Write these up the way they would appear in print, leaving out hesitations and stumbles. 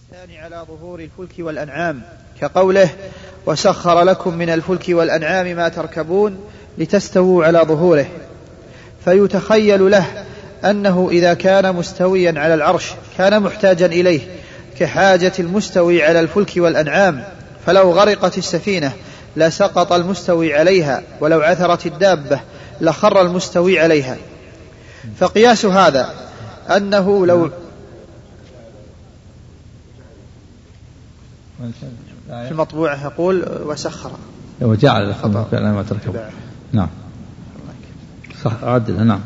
الإنسان على ظهور الفلك والأنعام، كقوله وسخر لكم من الفلك والأنعام ما تركبون لتستووا على ظهوره، فيتخيل له أنه إذا كان مستويا على العرش كان محتاجا إليه كحاجة المستوي على الفلك والأنعام، فلو غرقت السفينة لسقط المستوي عليها، ولو عثرت الدابة لخر المستوي عليها. فقياس هذا أنه لو في المطبوعة يقول وسخر وجعل لكم ما تركبون. نعم صح عدل. نعم.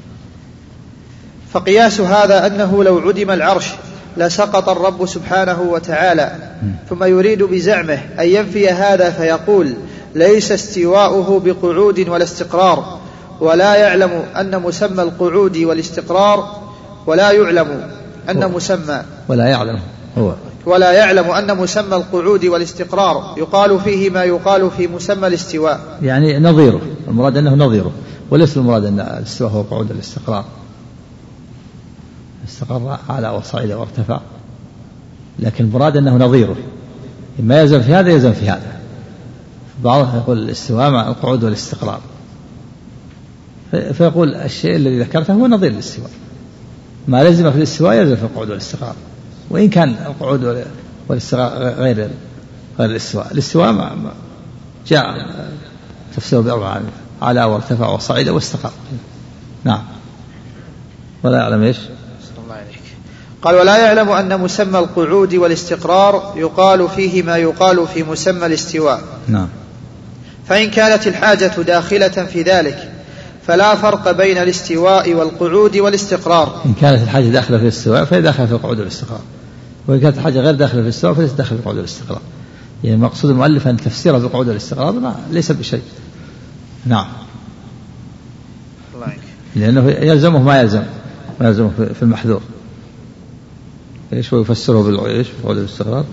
فقياس هذا أنه لو عدم العرش لسقط الرب سبحانه وتعالى، ثم يريد بزعمه أن ينفي هذا فيقول ليس استواؤه بقعود ولا استقرار، ولا يعلم أن مسمى القعود والاستقرار ولا يعلم أن مسمى القعود والاستقرار يقال فيه ما يقال في مسمى الاستواء، يعني نظيره. المراد أنه نظيره، وليس المراد أن الاستواء هو قعود الاستقرار. استقر على وصعد وارتفع، لكن المراد أنه نظيره، إما يلزم في هذا يلزم في هذا. بعضهم يقول الاستواء مع القعود والاستقرار، فيقول الشيء الذي ذكرته هو نظير الاستواء، ما لزم في الاستواء يلزم في القعود والاستقرار، وإن كان القعود والاستقرار غير الاستواء. الاستواء ما جاء تفسيره بأربعة: على وارتفع وصعد واستقر. نعم. ولا يعلم إيش؟ قال ولا يعلم أن مسمى القعود والاستقرار يقال فيه ما يقال في مسمى الاستواء. نعم. فإن كانت الحاجة داخلة في ذلك فلا فرق بين الاستواء والقعود والاستقرار. إن كانت الحاجة داخلة في الاستواء فهي داخلة في القعود والاستقرار، وإن كانت الحاجة غير داخلة في الاستواء فليس داخلة في القعود والاستقرار. يعني مقصود المؤلف أن تفسيره بالقعود والاستقرار ليس بشيء. نعم. لأنه يلزمه ما يلزم في المحذور. إيش هو يفسره بالقعود والاستقرار؟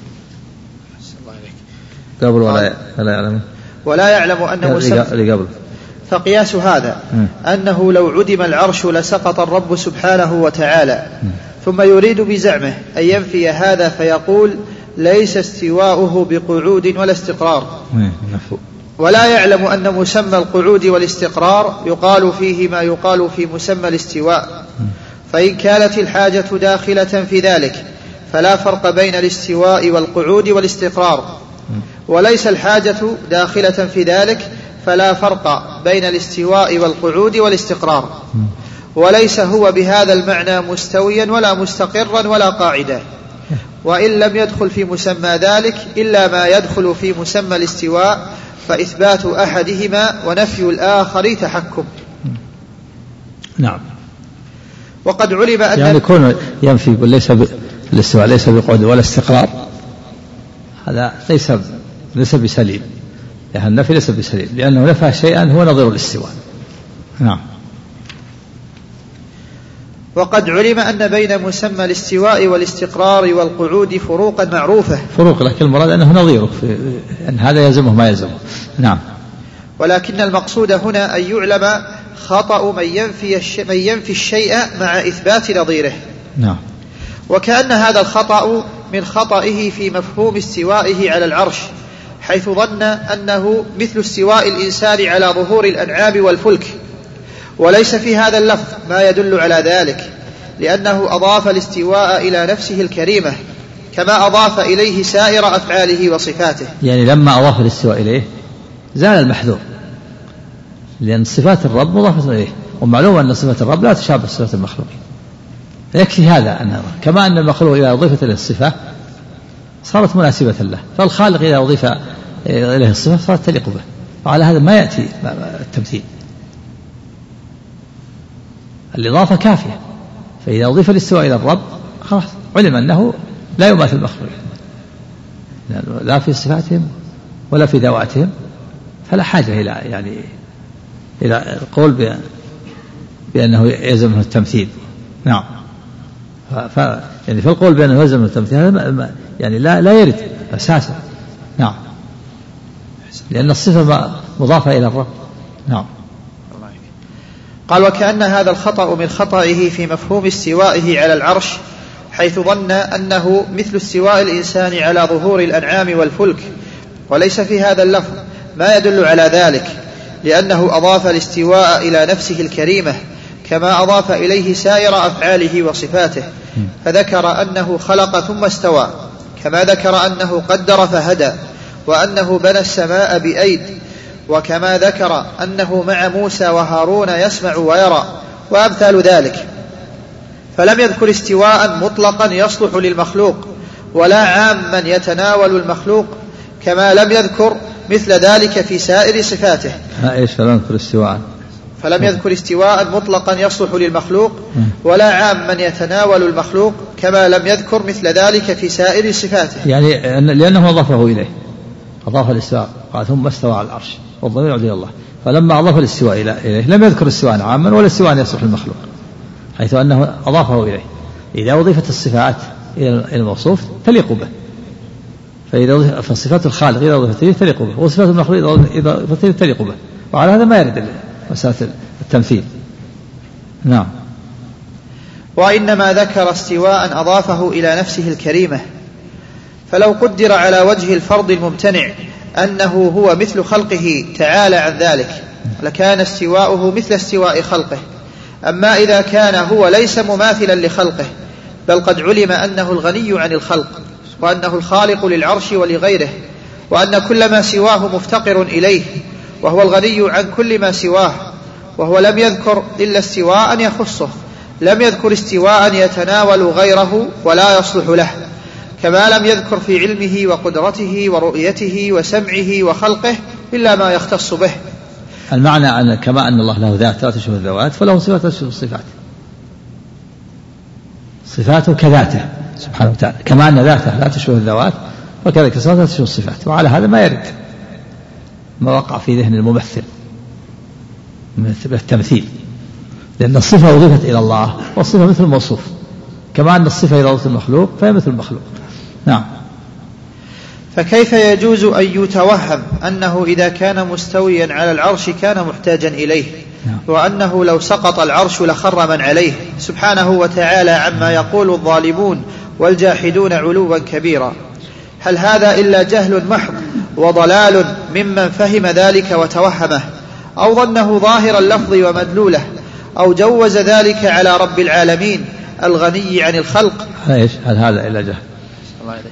قبل ولا يعلم أن مسمى. فقياس هذا أنه لو عدم العرش لسقط الرب سبحانه وتعالى، ثم يريد بزعمه أن ينفي هذا فيقول ليس استواؤه بقعود ولا استقرار، ولا يعلم أن مسمى القعود والاستقرار يقال فيه ما يقال في مسمى الاستواء. فإن كانت الحاجة داخلة في ذلك فلا فرق بين الاستواء والقعود والاستقرار، وليس الحاجة داخلة في ذلك فلا فرق بين الاستواء والقعود والاستقرار، وليس هو بهذا المعنى مستويا ولا مستقرا ولا قاعدا، وإن لم يدخل في مسمى ذلك إلا ما يدخل في مسمى الاستواء، فإثبات أحدهما ونفي الآخر تحكم. نعم. وقد علم أن يعني يكون ينفي ليس الاستواء ليس بقعود ولا استقرار، هذا ليس بسليم، يعني النفي ليس بسليم، لأنه نفى شيئا هو نظير الاستواء. نعم. وقد علم أن بين مسمى الاستواء والاستقرار والقعود فروقا معروفة، لكن المراد أنه نظيره، أن هذا يلزمه ما يلزمه. نعم. ولكن المقصود هنا أن يعلم خطأ من ينفي الشيء مع إثبات نظيره. نعم. وكأن هذا الخطأ من خطئه في مفهوم استوائه على العرش، حيث ظن أنه مثل استواء الإنسان على ظهور الأنعام والفلك، وليس في هذا اللفظ ما يدل على ذلك، لأنه أضاف الاستواء إلى نفسه الكريمة كما أضاف إليه سائر أفعاله وصفاته. يعني لما أضاف الاستواء إليه زال المحذور، لأن صفات الرب مضافة إليه، ومعلوم أن صفات الرب لا تشابه صفات المخلوقين. يكفي هذا أن كما أن المخلوق إذا أضيفت إليه الصفة صارت مناسبة له، فالخالق إذا أضيف إليه الصفة صارت تليق به، وعلى هذا ما يأتي التمثيل. الإضافة كافية، فإذا أضيف الاستواء إلى الرب خلاص علم أنه لا يماثل المخلوق، لا في صفاتهم ولا في ذواتهم، فلا حاجة إلى القول بأنه يلزمه التمثيل. نعم. يعني في القول بأنه يلزمه التمثيل يعني لا يرد أساسا. نعم. لأن الصفة مضافة إلى الرب. نعم. قال وكأن هذا الخطأ من خطئه في مفهوم استوائه على العرش، حيث ظن أنه مثل استواء الإنسان على ظهور الأنعام والفلك، وليس في هذا اللفظ ما يدل على ذلك، لأنه أضاف الاستواء إلى نفسه الكريمة كما أضاف إليه سائر أفعاله وصفاته، فذكر أنه خلق ثم استوى، كما ذكر أنه قدر فهدى، وأنه بنى السماء بأيد، وكما ذكر أنه مع موسى وهارون يسمع ويرى، وأمثال ذلك. فلم يذكر استواء مطلقا يصلح للمخلوق ولا عاما يتناول المخلوق، كما لم يذكر مثل ذلك في سائر صفاته. فلم يذكر استواء مطلقا يصلح للمخلوق ولا عاما يتناول المخلوق، كما لم يذكر مثل ذلك في سائر صفاته، يعني لأنه أضافه إليه، أضاف الاستواء قال ثم استوى على العرش والضمير يعود إلى الله، فلما أضاف الاستواء إليه لم يذكر استواء عاما ولا استواء يصلح للمخلوق، حيث أنه أضافه إليه. إذا أضيفت الصفات إلى الموصوف تليق به، فصفات الخالق إذا أضيفت إليه تليق به، وصفات المخلوق إذا أضيفت إليه تليق به، وعلى هذا ما يرد مسألة التمثيل. نعم. وإنما ذكر استواء أضافه إلى نفسه الكريمة، فلو قدر على وجه الفرض الممتنع أنه هو مثل خلقه تعالى عن ذلك لكان استواؤه مثل استواء خلقه. أما إذا كان هو ليس مماثلا لخلقه، بل قد علم أنه الغني عن الخلق، وأنه الخالق للعرش ولغيره، وأن كل ما سواه مفتقر إليه، وهو الغني عن كل ما سواه، وهو لم يذكر إلا استواء يخصه، لم يذكر استواء يتناول غيره ولا يصلح له، كما لم يذكر في علمه وقدرته ورؤيته وسمعه وخلقه إلا ما يختص به. المعنى أن كما أن الله له ذات لا تشبه الذوات، فله صفات لا تشبه الصفات، صفاته كذاته سبحانه وتعالى، كما أن ذاته لا تشبه الذوات وكذلك صفاته لا تشبه الصفات. وعلى هذا ما يرد ما وقع في ذهن الممثل من التمثيل، لأن الصفة أضيفت إلى الله والصفة مثل الموصوف، كما أن الصفة إذا أضيفت المخلوق فهي مثل المخلوق. نعم. فكيف يجوز أن يتوهم أنه إذا كان مستويا على العرش كان محتاجا إليه، وأنه لو سقط العرش لخر من عليه سبحانه وتعالى عما يقول الظالمون والجاحدون علوا كبيرا؟ هل هذا إلا جهل محض وضلال ممن فهم ذلك وتوهمه، أو ظنه ظاهر اللفظ ومدلوله، أو جوز ذلك على رب العالمين الغني عن الخلق؟ هل هذا إلا جهل؟ الله عليك.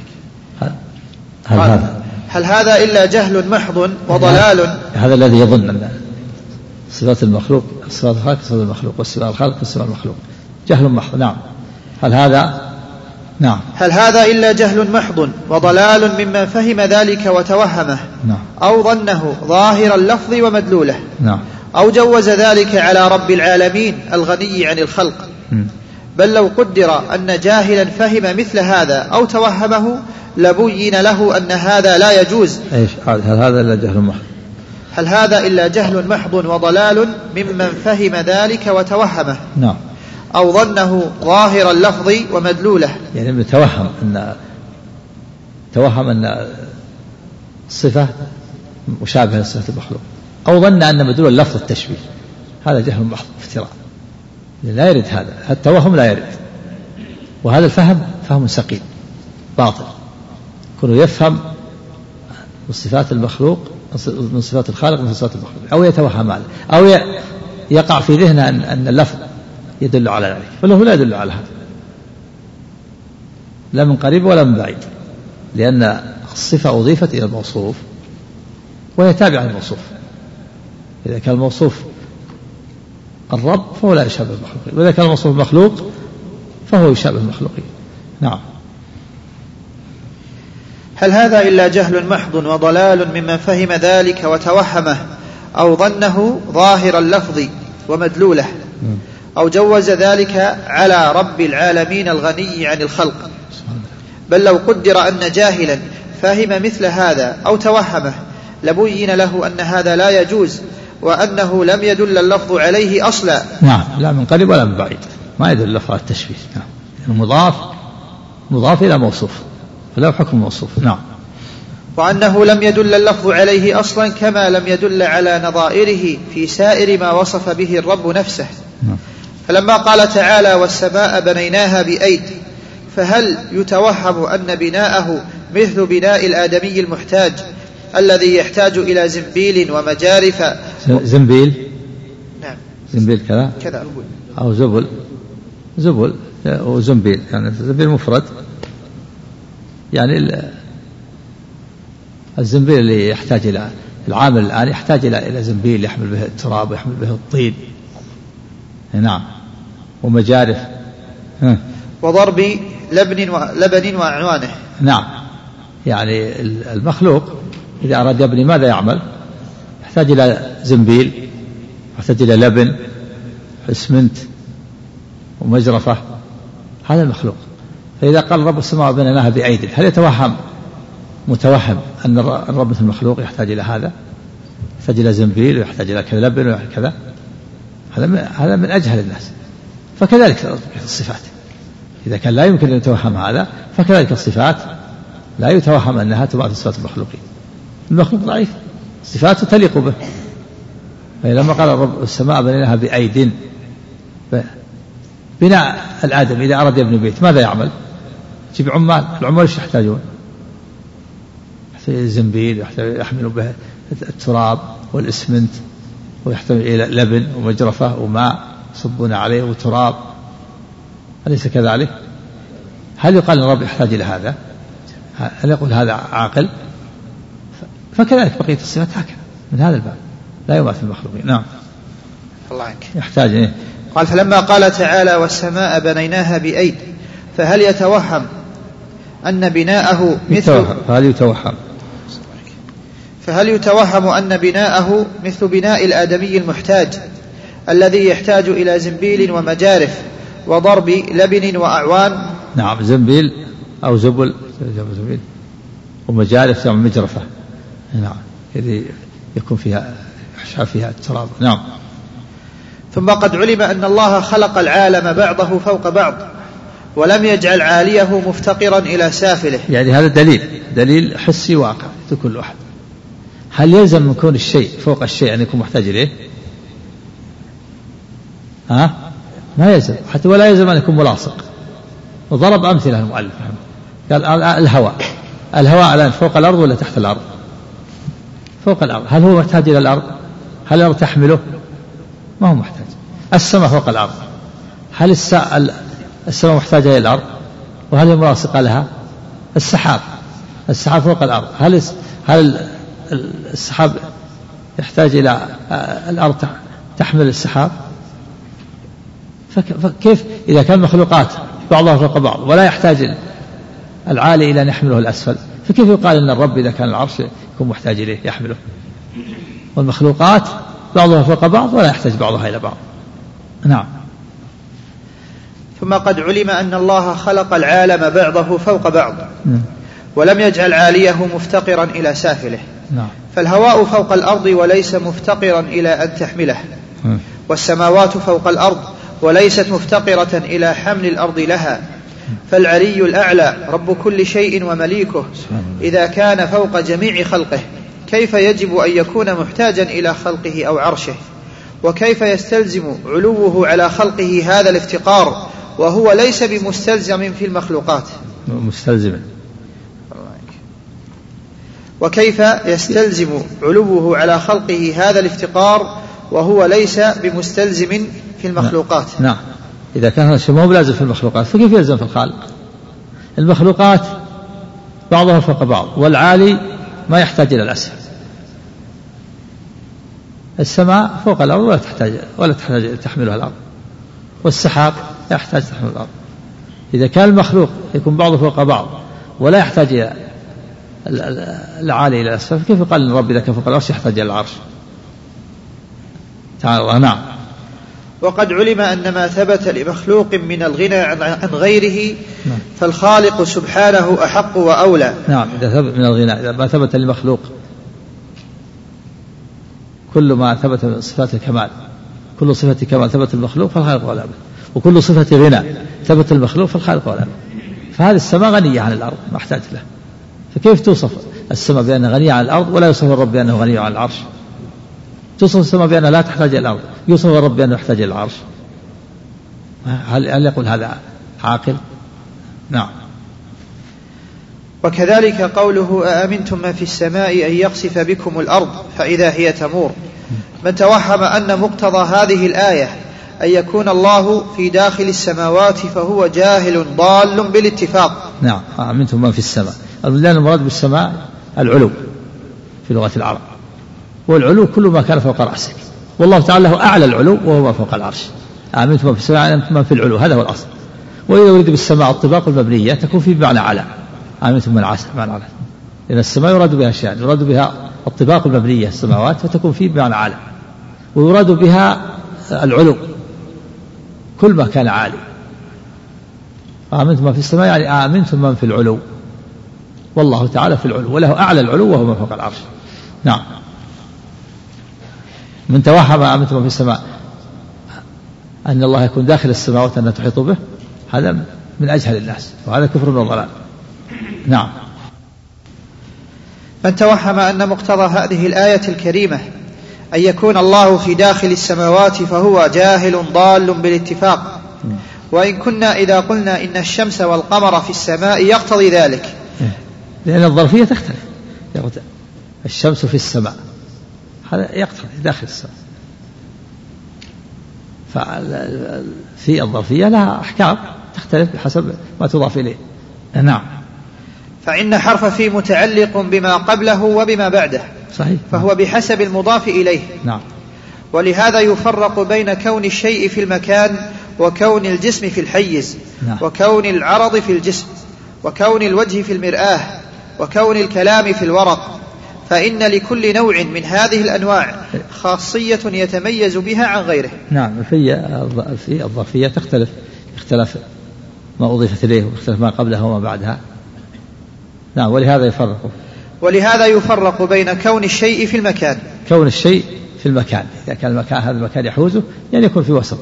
هل هذا إلا جهل محض وضلال؟ هذا الذي يظن أن صفات المخلوق صفات الخالق صفات المخلوق والصفات الخالق صفات المخلوق جهل محض. نعم. هل هذا إلا جهل محض وضلال ممن فهم ذلك وتوهمه؟ نعم. أو ظنه ظاهر اللفظ ومدلوله؟ نعم. أو جوز ذلك على رب العالمين الغني عن الخلق؟ بل لو قدر أن جاهلا فهم مثل هذا أو توهمه لبين له أن هذا لا يجوز. هل هذا إلا جهل محض؟ هل هذا إلا جهل محض وضلال ممن فهم ذلك وتوهمه؟ نعم. أو ظنه ظاهر اللفظ ومدلوله، يعني توهم أن الصفة مشابهة لصفة المخلوق، أو ظن أن مدلول اللفظ التشبيه، هذا جهل محض افتراء، لا يرد هذا التوهم، لا يرد. وهذا الفهم فهم سقيم باطل، كونه يفهم صفات المخلوق من صفات الخالق من صفات المخلوق، أو يتوهم هذا، أو يقع في ذهنه أن اللفظ يدل على ذلك، فله لا يدل على هذا لا من قريب ولا من بعيد، لأن الصفة أضيفت إلى الموصوف وهي تابعة للموصوف. إذا كان الموصوف الرب فهو لا يشابه المخلوقين، وإذا كان الموصوف المخلوق فهو يشابه المخلوقين. نعم. هل هذا إلا جهل محض وضلال ممن فهم ذلك وتوهمه، أو ظنه ظاهر اللفظ ومدلوله، أو جوز ذلك على رب العالمين الغني عن الخلق؟ بل لو قدر أن جاهلا فهم مثل هذا أو توهمه لبين له أن هذا لا يجوز، وأنه لم يدل اللفظ عليه أصلا. نعم. لا من قريب ولا من بعيد، ما يدل اللفظ على التشبيه. نعم. مضاف إلى موصوف فله حكم موصوف. نعم. وأنه لم يدل اللفظ عليه أصلا، كما لم يدل على نظائره في سائر ما وصف به الرب نفسه. فلما قال تعالى والسماء بنيناها بأيد، فهل يتوهم أن بناءه مثل بناء الآدمي المحتاج الذي يحتاج إلى زنبيل ومجارف؟ زنبيل؟ نعم زنبيل كذا أو زبل وزنبيل، يعني زنبيل مفرد، يعني الزنبيل اللي يحتاج إلى العامل الآن يحتاج إلى زنبيل يحمل به التراب ويحمل به الطين. نعم. ومجارف وضرب لبن وأعوانه. نعم، يعني المخلوق إذا أراد يبني ماذا يعمل؟ يحتاج إلى زنبيل، يحتاج إلى لبن، اسمنت، ومجرفة. هذا المخلوق. فإذا قال رب السماء بنيناها بأيد، هل متوهم أن الرب مثل المخلوق يحتاج إلى هذا؟ يحتاج إلى زنبيل ويحتاج إلى كذا لبن وكذا. هذا من أجهل الناس. فكذلك الصفات، إذا كان لا يمكن أن يتوهم هذا، فكذلك الصفات لا يتوهم أنها تبعث صفات المخلوقين. المخلوق ضعيف، صفاته تليق به. فلما قال رب السماء بنيناها بأيد، بناء الآدم إذا أراد يبني بيت ماذا يعمل؟ يجيب عمال، العمال ايش يحتاجون؟ زنبيل يحملوا به التراب والإسمنت، ويحتاج إلى لبن ومجرفة وماء يصبون عليه وتراب، أليس كذلك؟ هل يقال أن الرب يحتاج إلى هذا؟ هل يقول هذا عاقل؟ فكذلك بقية الصفات هكذا من هذا الباب لا يماثل المخلوقين. نعم. الله عنك. يحتاج إيه؟ قال فلما قال تعالى والسماء بنيناها بأيد، فهل يتوهم أن بناءه فهل يتوهم أن بناءه مثل بناء الآدمي المحتاج الذي يحتاج إلى زنبيل ومجارف وضرب لبن وأعوان؟ نعم، زنبيل أو زبل ومجارف تعمل مجرفة. نعم، الذي يكون فيها يحشى فيها التراب. نعم. ثم قد علم أن الله خلق العالم بعضه فوق بعض ولم يجعل عاليه مفتقرا إلى سافله. يعني هذا دليل حسي واقع لكل واحد. هل يلزم من كون الشيء فوق الشيء أن يكون محتاج إليه؟ ما يلزم، حتى ولا يلزم أن يكون ملاصق. وضرب أمثلة المؤلف، قال الهواء الآن فوق الأرض ولا تحت الأرض؟ فوق الأرض. هل هو محتاج إلى الأرض؟ هل الأرض تحمله؟ ما هو محتاج. السماء فوق الأرض، هل السماء محتاجة إلى الأرض؟ وهل هي ملاصقة لها؟ السحاب فوق الأرض، هل السحاب يحتاج إلى الأرض تحمل السحاب؟ فكيف إذا كان مخلوقات بعضها فوق بعض ولا يحتاج العالي إلى أن يحمله الأسفل، فكيف يقال أن الرب إذا كان العرش يكون محتاج إليه يحمله؟ والمخلوقات بعضها فوق بعض ولا يحتاج بعضها إلى بعض. نعم. ثم قد علم أن الله خلق العالم بعضه فوق بعض ولم يجعل عاليه مفتقرا إلى سافله. نعم. فالهواء فوق الأرض وليس مفتقرا إلى أن تحمله، والسماوات فوق الأرض وليست مفتقرة إلى حمل الأرض لها. فالعلي الأعلى رب كل شيء ومليكه إذا كان فوق جميع خلقه، كيف يجب أن يكون محتاجا إلى خلقه أو عرشه؟ وكيف يستلزم علوه على خلقه هذا الافتقار وهو ليس بمستلزم في المخلوقات؟ وكيف يستلزم علوه على خلقه هذا الافتقار وهو ليس بمستلزم في المخلوقات؟ نعم. إذا كان هذا الشيء ما هو لازم في المخلوقات، فكيف يلزم في الخالق؟ المخلوقات بعضها فوق بعض، والعالي ما يحتاج إلى الأسفل. السماء فوق الأرض ولا تحتاج تحملها الأرض، والسحاب لا يحتاج تحمل الأرض. إذا كان المخلوق يكون بعضه فوق بعض ولا يحتاج إلى العالي إلى الأسفل، كيف يقال أن الرب إذا كان فوق العرش يحتاج إلى العرش؟ تعالى الله. نعم. وقد علم أن ما ثبت لمخلوق من الغنى عن غيره فالخالق سبحانه أحق وأولى. نعم. إذا ثبت من الغنى، إذا ما ثبت لمخلوق، كل ما ثبت من صفات الكمال، كل صفة كمال ثبت المخلوق فالخالق أولى به، وكل صفة غنى ثبت المخلوق فالخالق أولى به. فهذه السماء غنية عن الأرض ما احتاج له، فكيف توصف السماء بأنها غنية عن الأرض ولا يوصف الرب بأنه غني عن العرش؟ توصف السماء بأنها لا تحتاج إلى الأرض، يوصف الرب بأنه يحتاج إلى العرش. هل يقول هذا عاقل؟ نعم. وكذلك قوله أأمنتم من في السماء أن يخسف بكم الأرض فإذا هي تمور. من توهم أن مقتضى هذه الآية أن يكون الله في داخل السماوات فهو جاهل ضال بالاتفاق. نعم. أأمنتم من في السماء، لأن المراد بالسماء العلو في لغة العرب، والعلو كل ما كان فوق رأسك، والله تعالى هو أعلى العلو وهو ما فوق العرش. أأمنتم من في السماء أنتم من في العلو، هذا هو الأصل. وإذا ورد بالسماء الطباق المبنية تكون في بمعنى على، أأمنتم من عسى معنى على، لأن السماء يراد بها أشياء، يراد بها الطباق المبنية السماوات فتكون في بمعنى على، ويراد بها العلو كل ما كان عالي. آمنتم من في السماء يعني آمنتم من في العلو، والله تعالى في العلو وله أعلى العلو وهو ما فوق العرش. نعم. من توهم آمنتم من في السماء أن الله يكون داخل السماوات أن تحيط به، هذا من أجهل الناس، وهذا كفر وضلال. نعم. من توهم أن مقتضى هذه الآية الكريمة أن يكون الله في داخل السماوات فهو جاهل ضال بالاتفاق. وإن كنا إذا قلنا إن الشمس والقمر في السماء يقتضي ذلك، لأن الظرفية تختلف. الشمس في السماء هذا يقتضي داخل السماء، ففي الظرفية لها أحكام تختلف بحسب ما تضاف إليه. نعم. فإن حرف في متعلق بما قبله وبما بعده، صحيح، فهو بحسب المضاف إليه. نعم. ولهذا يفرق بين كون الشيء في المكان وكون الجسم في الحيز، نعم. وكون العرض في الجسم، وكون الوجه في المرآة، وكون الكلام في الورق. فإن لكل نوع من هذه الأنواع خاصية يتميز بها عن غيره. نعم. في الظرفية تختلف، اختلاف ما أضيفت إليه واختلاف ما قبلها وما بعدها. نعم. ولهذا يفرق بين كون الشيء في المكان، كون الشيء في المكان، إذا كان المكان هذا المكان يحوزه يعني يكون في وسطه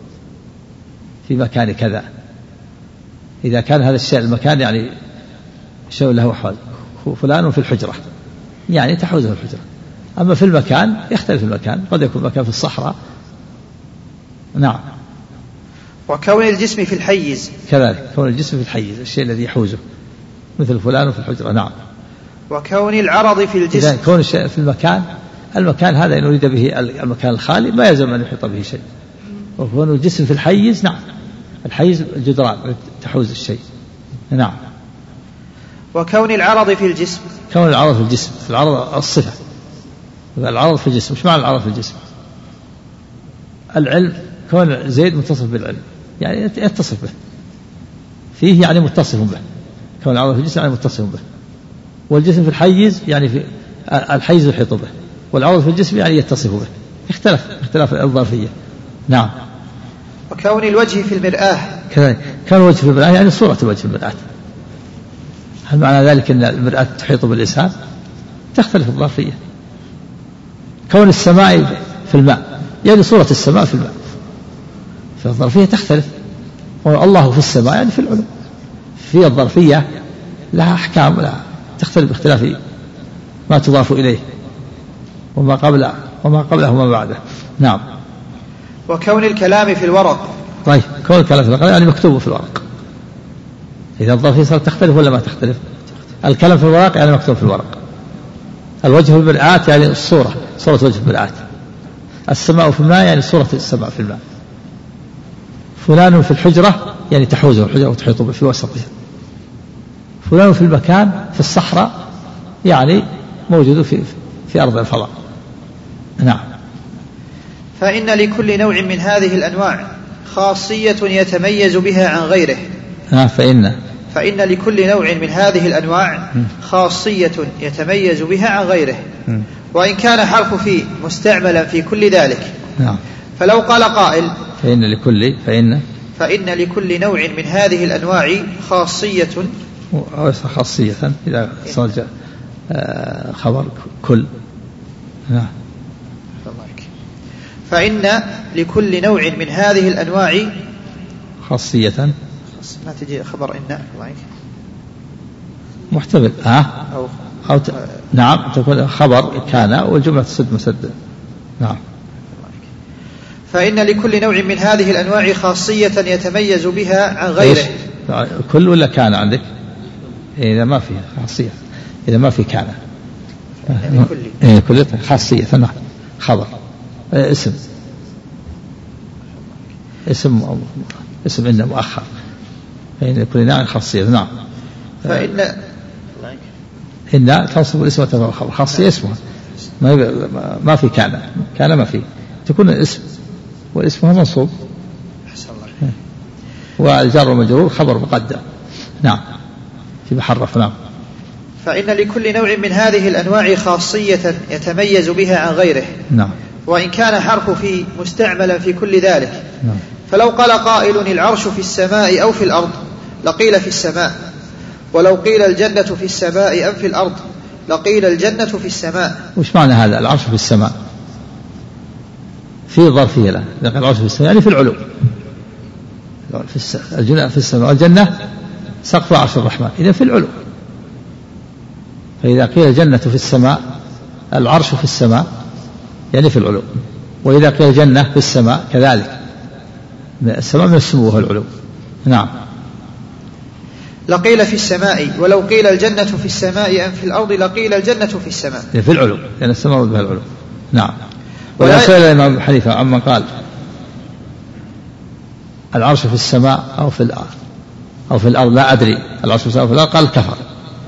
في مكان كذا. إذا كان هذا الشيء المكان يعني شيء له حوز، فلان في الحجرة يعني تحوزه الحجرة. أما في المكان يختلف المكان، قد يكون مكان في الصحراء. نعم. وكون الجسم في الحيز كذلك، كون الجسم في الحيز الشيء الذي يحوزه مثل فلان في الحجرة. نعم. وكون العرض في الجسم، إذا كون الشيء في المكان هذا إن أريد به المكان الخالي ما يلزم أن يحيط به شيء. وكون الجسم في الحيز، نعم، الحيز الجدران تحوز الشيء. نعم. وكون العرض في الجسم، كون العرض في الجسم، العرض الصفة، العرض في الجسم. مش معنى العرض في الجسم؟ العلم، كون زيد متصف بالعلم يعني يتصف به، فيه يعني متصف به. كون العرض في الجسم يعني متصف به، والجسم في الحيز يعني في الحيز يحيط به، والعرض في الجسم يعني يتصف به. اختلاف الظرفية. نعم. وكون الوجه في المرآة كذلك، كون الوجه في المرآة يعني صورة الوجه في المرآة. هل معنى ذلك أن المرآة تحيط بالإنسان؟ تختلف الظرفية. كون السماء في الماء يعني صورة السماء في الماء، فالظرفية تختلف. والله في السماء يعني في العلو. في الظرفية لها أحكام، لا تختلف باختلاف ما تضاف إليه وما قبله وما بعده. نعم. وكون الكلام في الورق، طيب، كون الكلام في الورق يعني مكتوب في الورق. إذا الظرفية صارت تختلف ولا ما تختلف؟ الكلام في الورق يعني مكتوب في الورق. الوجه في المرآة يعني صورة وجه في المرآة. السماء في الماء يعني صورة السماء في الماء. فلان في الحجرة يعني تحوزه الحجرة وتحيط به في وسطها. فلان في المكان في الصحراء يعني موجود في أرض الفضاء. نعم. فإن لكل نوع من هذه الأنواع خاصية يتميز بها عن غيره. فإن لكل نوع من هذه الأنواع خاصية يتميز بها عن غيره. وإن كان حرف في مستعملا في كل ذلك. نعم. فلو قال قائل فإن لكل نوع من هذه الأنواع خاصية إذا صار خبر كل. نعم. فإن لكل نوع من هذه الأنواع خاصية، ما تجي خبر إن محتمل نعم تكون خبر كان والجملة تسد مسد. نعم. فإن لكل نوع من هذه الأنواع خاصية يتميز بها عن غيره. كل ولا كان عندك؟ إذا ما في خاصية، إذا ما في كان كل خاصية. نعم. خبر اسم إنه مؤخر، فإن كل نوع خاصية. نعم. إن تنصب الاسم وترفع الخبر، خاصية اسمها ما في كان ما في، تكون الاسم والاسم هو منصوب والجار والمجرور خبر مقدم. نعم. في محرف. نعم. فإن لكل نوع من هذه الأنواع خاصية يتميز بها عن غيره. نعم. وإن كان حرف في مستعملا في كل ذلك. نعم. فلو قال قائل العرش في السماء أو في الأرض لقيل في السماء، ولو قيل الجنة في السماء أم في الأرض لقيل الجنة في السماء. وش معنى هذا العرش في السماء؟ في ظرفية له، لكن العرش في السماء يعني في العلو، في السماء، والجنة سقف عرش الرحمن، إذا في العلو. فإذا قيل الجنة في السماء العرش في السماء يعني في العلو، وإذا قيل الجنة في السماء كذلك، السماء من السمو وهو العلو. نعم. لقيل في السماء، ولو قيل الجنة في السماء أم في الأرض لقيل الجنة في السماء، في العلو، لأن السماء بها العلو. نعم. ولا سئل الإمام حنيفة عمن قال العرش في السماء أو في الأرض لا أدري، العرش في السماء أو في الأرض، قال كفر.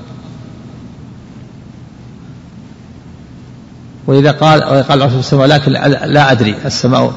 وإذا قال العرش في السماء لكن لا أدري السماء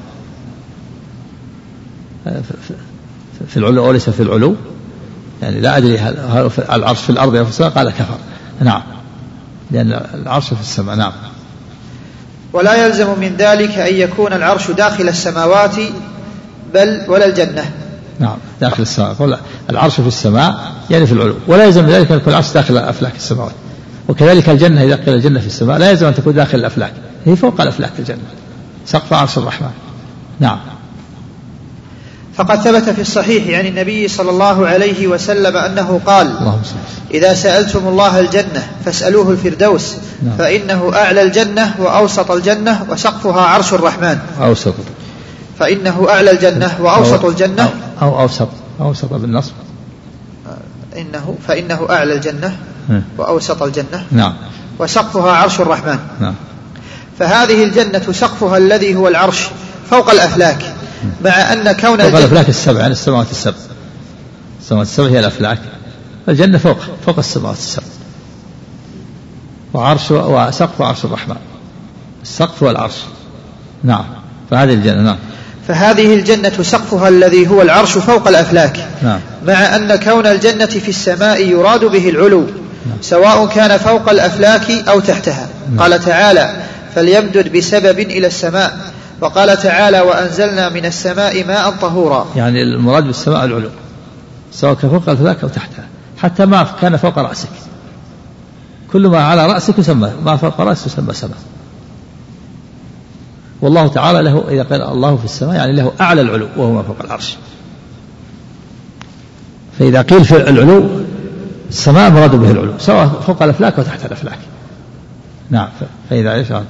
في العلو أو ليس في العلو، يعني لا أدري هل العرش في الأرض أو في السماء، قال كفر. نعم. لأن العرش في السماء. نعم. ولا يلزم من ذلك أن يكون العرش داخل السماوات بل ولا الجنة. نعم. داخل السماء، العرش في السماء يعني في العلو، ولا يلزم ذلك أن يكون العرش داخل أفلاك السماوات. وكذلك الجنة إذا قيل الجنة في السماء لا يلزم أن تكون داخل الأفلاك، هي فوق الأفلاك الجنة، سقف عرش الرحمن. نعم. فقد ثبت في الصحيح عن النبي صلى الله عليه وسلم أنه قال: إذا سألتم الله الجنة فاسألوه الفردوس، فإنه أعلى الجنة وأوسط الجنة وسقفها عرش الرحمن. فإنه أعلى الجنة وأوسط الجنة أو أوسط بالنصب، فإنه أعلى الجنة وأوسط الجنة. نعم. وسقفها عرش الرحمن. نعم. فهذه الجنة سقفها الذي هو العرش فوق الأفلاك، مع أن كون فوق الأفلاك السبع، يعني السماوات السبع، السماوات السبع هي الأفلاك، الجنة فوق السماوات السبع، وسقف عرش الرحمن، السقف والعرش. نعم. فهذه الجنة. نعم. فهذه الجنة سقفها الذي هو العرش فوق الأفلاك. نعم. مع أن كون الجنة في السماء يراد به العلو. نعم. سواء كان فوق الأفلاك أو تحتها. نعم. قال تعالى: فليمدد بسبب إلى السماء. وقال تعالى: وأنزلنا من السماء ماء طهورا. يعني المراد بالسماء العلو، سواء كان فوق الأفلاك أو تحتها، حتى ما كان فوق رأسك، كل ما على رأسك يسمى، ما فوق رأسك يسمى سماء. والله تعالى له، إذا قال الله في السماء يعني له أعلى العلو وهو ما فوق العرش. فإذا قيل في العلو السماء مراد به العلو، سواء فوق الأفلاك أو تحت الأفلاك. نعم. فإذا عيش. نعم.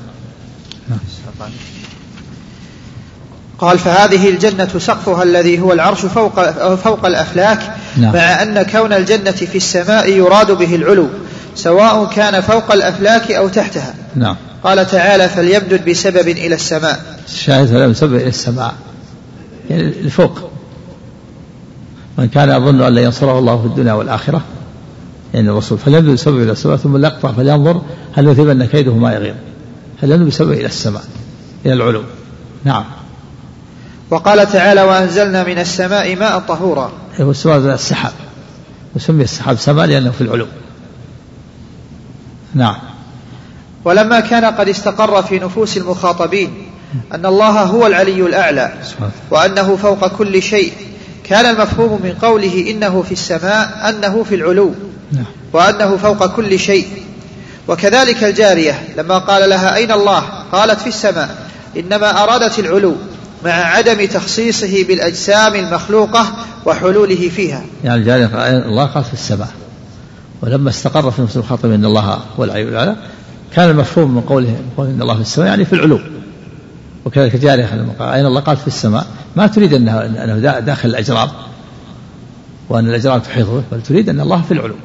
قال: فهذه الجنة سقفها الذي هو العرش فوق الأفلاك. نعم. مع أن كون الجنة في السماء يراد به العلو، سواء كان فوق الأفلاك أو تحتها. نعم. قال تعالى: فليمدد بسبب إلى السماء. الشاهد فليمدد بسبب إلى السماء، يعني الفوق. من كان يظن أن لا ينصره الله في الدنيا والآخرة، يعني الرسول، فليمدد بسبب إلى السماء ثم ليقطع فلينظر هل يذهبن كيده ما يغيظ. فليمدد بسبب إلى السماء، إلى العلو. نعم. وقال تعالى: وأنزلنا من السماء ماء طهورا. هو السماء السحاب، وسمي السحاب سماء لأنه في العلو. نعم. ولما كان قد استقر في نفوس المخاطبين أن الله هو العلي الأعلى وأنه فوق كل شيء، كان المفهوم من قوله إنه في السماء أنه في العلو وأنه فوق كل شيء. وكذلك الجارية لما قال لها: أين الله؟ قالت: في السماء، إنما أرادت العلو مع عدم تخصيصه بالأجسام المخلوقة وحلوله فيها. يعني الجارية الله قال في السماء، ولما استقر في نفس المخاطب أن الله هو العلي الأعلى، كان المفهوم من قوله إن الله في السماء يعني في العلو. وكذلك الجارية لما قال أين الله؟ قال في السماء، ما تريد أنه داخل الأجرام وأن الأجرام تحيط به، بل تريد أن الله في العلو،